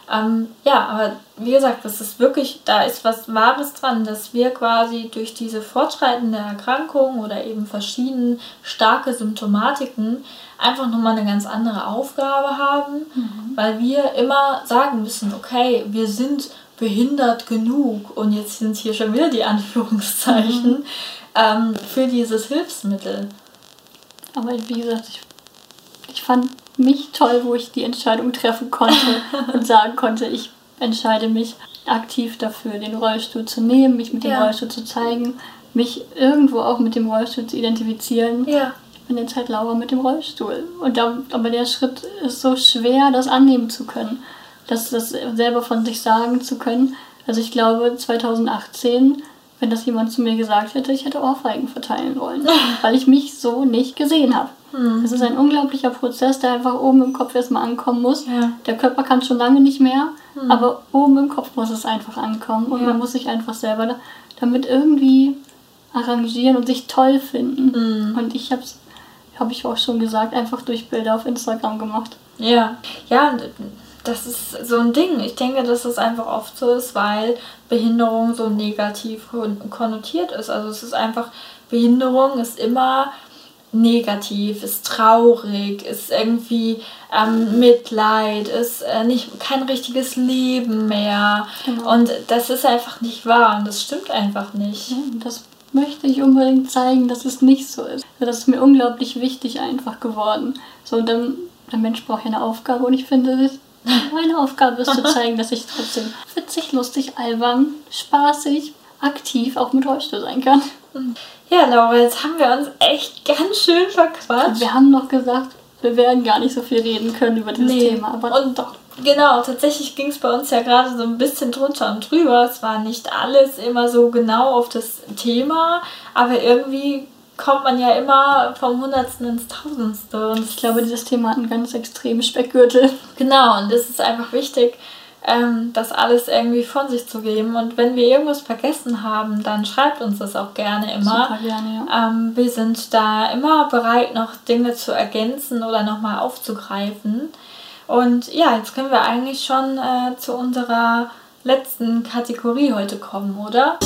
A: Aber wie gesagt, das ist wirklich, da ist was Wahres dran, dass wir quasi durch diese fortschreitende Erkrankung oder eben verschiedene starke Symptomatiken einfach nochmal eine ganz andere Aufgabe haben, weil wir immer sagen müssen, okay, wir sind behindert genug und jetzt sind hier schon wieder die Anführungszeichen für dieses Hilfsmittel.
B: Aber wie gesagt, ich fand mich toll, wo ich die Entscheidung treffen konnte und sagen konnte, ich entscheide mich aktiv dafür, den Rollstuhl zu nehmen, mich mit dem Rollstuhl zu zeigen, mich irgendwo auch mit dem Rollstuhl zu identifizieren. Ja. Ich bin jetzt halt Laura mit dem Rollstuhl. Aber der Schritt ist so schwer, das annehmen zu können, das selber von sich sagen zu können. Also ich glaube, 2018, wenn das jemand zu mir gesagt hätte, ich hätte Ohrfeigen verteilen wollen, weil ich mich so nicht gesehen habe. Es ist ein unglaublicher Prozess, der einfach oben im Kopf erstmal ankommen muss. Ja. Der Körper kann schon lange nicht mehr, aber oben im Kopf muss es einfach ankommen. Und man muss sich einfach selber damit irgendwie arrangieren und sich toll finden. Und ich habe ich auch schon gesagt, einfach durch Bilder auf Instagram gemacht.
A: Ja, das ist so ein Ding. Ich denke, dass es einfach oft so ist, weil Behinderung so negativ konnotiert ist. Also es ist einfach, Behinderung ist immer negativ, ist traurig, ist irgendwie Mitleid, ist kein richtiges Leben mehr. Genau. Und das ist einfach nicht wahr und das stimmt einfach nicht.
B: Ja, das möchte ich unbedingt zeigen, dass es nicht so ist. Das ist mir unglaublich wichtig einfach geworden. So, der Mensch braucht ja eine Aufgabe und ich finde, meine Aufgabe ist zu zeigen, dass ich trotzdem witzig, lustig, albern, spaßig, aktiv auch mit Rollstuhl sein kann.
A: Ja, Laura, jetzt haben wir uns echt ganz schön verquatscht.
B: Wir haben noch gesagt, wir werden gar nicht so viel reden können über dieses Thema. Aber
A: und doch. Genau, tatsächlich ging es bei uns ja gerade so ein bisschen drunter und drüber. Es war nicht alles immer so genau auf das Thema, aber irgendwie kommt man ja immer vom Hundertsten ins Tausendste. Und
B: ich glaube, dieses Thema hat einen ganz extremen Speckgürtel.
A: Genau, und es ist einfach wichtig, das alles irgendwie von sich zu geben. Und wenn wir irgendwas vergessen haben, dann schreibt uns das auch gerne immer.
B: Super gerne, ja.
A: Wir sind da immer bereit, noch Dinge zu ergänzen oder nochmal aufzugreifen. Und ja, jetzt können wir eigentlich schon zu unserer letzten Kategorie heute kommen, oder?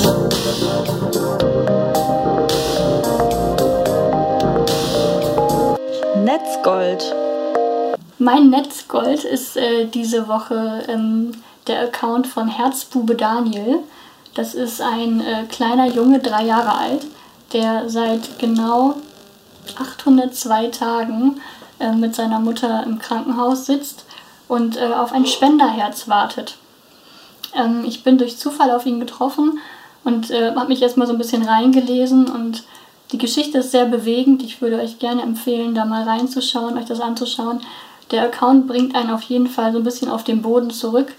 A: Netzgold.
B: Mein Netzgold ist diese Woche der Account von Herzbube Daniel. Das ist ein kleiner Junge, 3 Jahre alt, der seit genau 802 Tagen mit seiner Mutter im Krankenhaus sitzt und auf ein Spenderherz wartet. Ich bin durch Zufall auf ihn getroffen und habe mich erstmal so ein bisschen reingelesen und die Geschichte ist sehr bewegend. Ich würde euch gerne empfehlen, da mal reinzuschauen, euch das anzuschauen. Der Account bringt einen auf jeden Fall so ein bisschen auf den Boden zurück,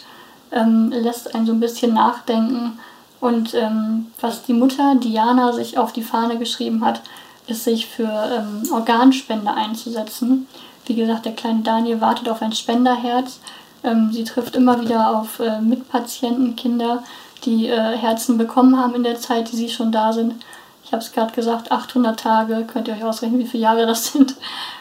B: lässt einen so ein bisschen nachdenken. Und was die Mutter Diana sich auf die Fahne geschrieben hat, ist, sich für Organspende einzusetzen. Wie gesagt, der kleine Daniel wartet auf ein Spenderherz. Sie trifft immer wieder auf Mitpatienten, Kinder, die Herzen bekommen haben in der Zeit, die sie schon da sind. Ich habe es gerade gesagt, 800 Tage, könnt ihr euch ausrechnen, wie viele Jahre das sind.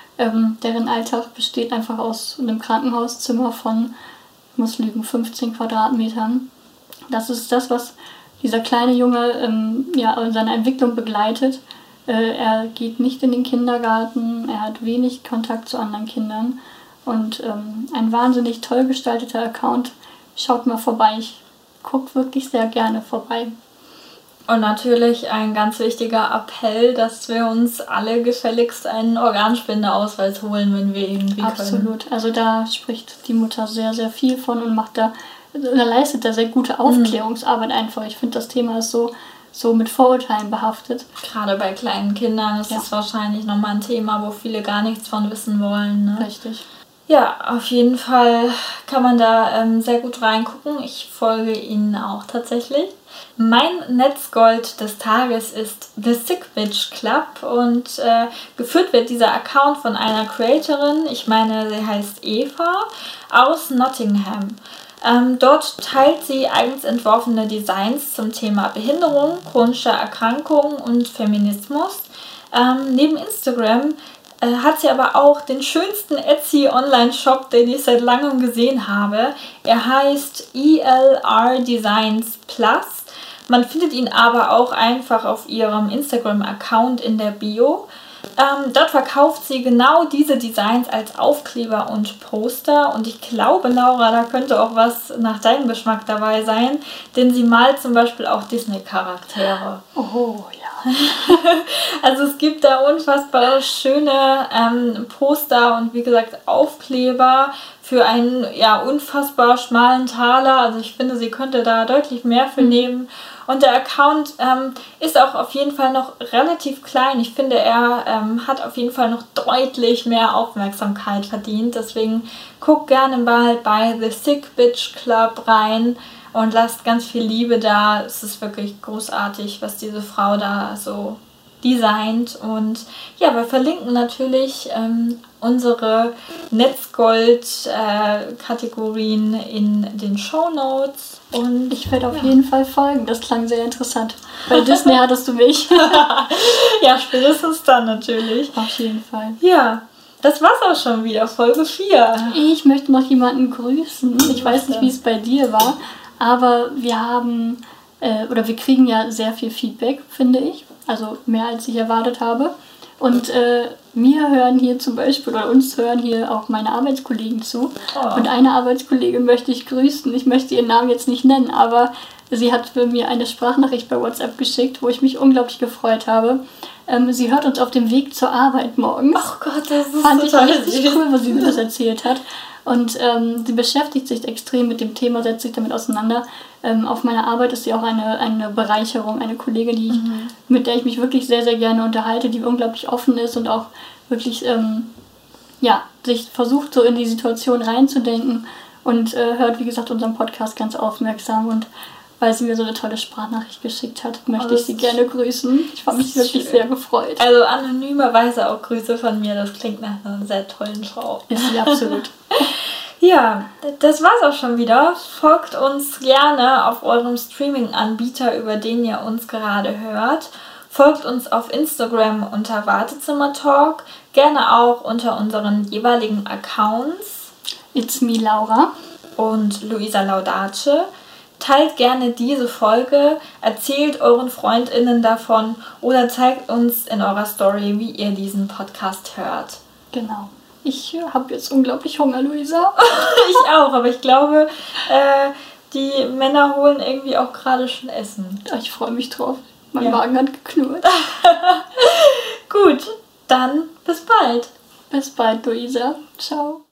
B: Deren Alltag besteht einfach aus einem Krankenhauszimmer von, ich muss lügen, 15 Quadratmetern. Das ist das, was dieser kleine Junge in seiner Entwicklung begleitet. Er geht nicht in den Kindergarten, er hat wenig Kontakt zu anderen Kindern und ein wahnsinnig toll gestalteter Account. Schaut mal vorbei, ich gucke wirklich sehr gerne vorbei.
A: Und natürlich ein ganz wichtiger Appell, dass wir uns alle gefälligst einen Organspendeausweis holen, wenn wir irgendwie können.
B: Absolut, also da spricht die Mutter sehr, sehr viel von und leistet da sehr gute Aufklärungsarbeit einfach. Ich finde, das Thema ist so mit Vorurteilen behaftet.
A: Gerade bei kleinen Kindern ist das wahrscheinlich nochmal ein Thema, wo viele gar nichts von wissen wollen. Ne?
B: Richtig.
A: Ja, auf jeden Fall kann man da sehr gut reingucken. Ich folge ihnen auch tatsächlich. Mein Netzgold des Tages ist The Sick Bitch Club und geführt wird dieser Account von einer Creatorin, ich meine, sie heißt Eva, aus Nottingham. Dort teilt sie eigens entworfene Designs zum Thema Behinderung, chronische Erkrankungen und Feminismus. Neben Instagram hat sie aber auch den schönsten Etsy-Online-Shop, den ich seit langem gesehen habe. Er heißt ELR Designs Plus. Man findet ihn aber auch einfach auf ihrem Instagram-Account in der Bio. Dort verkauft sie genau diese Designs als Aufkleber und Poster. Und ich glaube, Laura, da könnte auch was nach deinem Geschmack dabei sein. Denn sie malt zum Beispiel auch Disney-Charaktere.
B: Oh, ja.
A: Also es gibt da unfassbar schöne Poster und wie gesagt Aufkleber für einen unfassbar schmalen Taler. Also ich finde, sie könnte da deutlich mehr für nehmen. Und der Account ist auch auf jeden Fall noch relativ klein. Ich finde, er hat auf jeden Fall noch deutlich mehr Aufmerksamkeit verdient. Deswegen guckt gerne mal bei The Sick Bitch Club rein und lasst ganz viel Liebe da. Es ist wirklich großartig, was diese Frau da so designt. Und ja, wir verlinken natürlich unsere Netzgold-Kategorien in den Shownotes. Und
B: ich werde auf jeden Fall folgen. Das klang sehr interessant. Bei Disney hattest du mich.
A: Ja, spätestens dann natürlich.
B: Auf jeden Fall.
A: Ja, das war's auch schon wieder. Folge 4.
B: Ich möchte noch jemanden grüßen. Ich weiß nicht, wie es bei dir war, aber wir kriegen ja sehr viel Feedback, finde ich. Also mehr, als ich erwartet habe. Und mir hören hier zum Beispiel, oder uns hören hier auch meine Arbeitskollegen zu. Oh. Und eine Arbeitskollegin möchte ich grüßen. Ich möchte ihren Namen jetzt nicht nennen, aber sie hat für mir eine Sprachnachricht bei WhatsApp geschickt, wo ich mich unglaublich gefreut habe. Sie hört uns auf dem Weg zur Arbeit morgens.
A: Ach Gott, das ist
B: Fand ich richtig cool, was sie mir das erzählt hat. Und sie beschäftigt sich extrem mit dem Thema, setzt sich damit auseinander. Auf meiner Arbeit ist sie auch eine Bereicherung, eine Kollegin, mit der ich mich wirklich sehr, sehr gerne unterhalte, die unglaublich offen ist und auch wirklich sich versucht, so in die Situation reinzudenken und hört, wie gesagt, unseren Podcast ganz aufmerksam. Und weil sie mir so eine tolle Sprachnachricht geschickt hat, möchte ich sie gerne grüßen. Ich habe mich wirklich sehr gefreut.
A: Also anonymerweise auch Grüße von mir. Das klingt nach einer sehr tollen Frau.
B: Ist sie absolut.
A: Ja, das war's auch schon wieder. Folgt uns gerne auf eurem Streaming-Anbieter, über den ihr uns gerade hört. Folgt uns auf Instagram unter Wartezimmertalk. Gerne auch unter unseren jeweiligen Accounts.
B: It's me, Laura.
A: Und Luisa Laudace. Teilt gerne diese Folge, erzählt euren FreundInnen davon oder zeigt uns in eurer Story, wie ihr diesen Podcast hört.
B: Genau. Ich habe jetzt unglaublich Hunger, Luisa.
A: Ich auch, aber ich glaube, die Männer holen irgendwie auch gerade schon Essen.
B: Ich freue mich drauf. Mein Magen hat geknurrt.
A: Gut, dann bis bald.
B: Bis bald, Luisa. Ciao.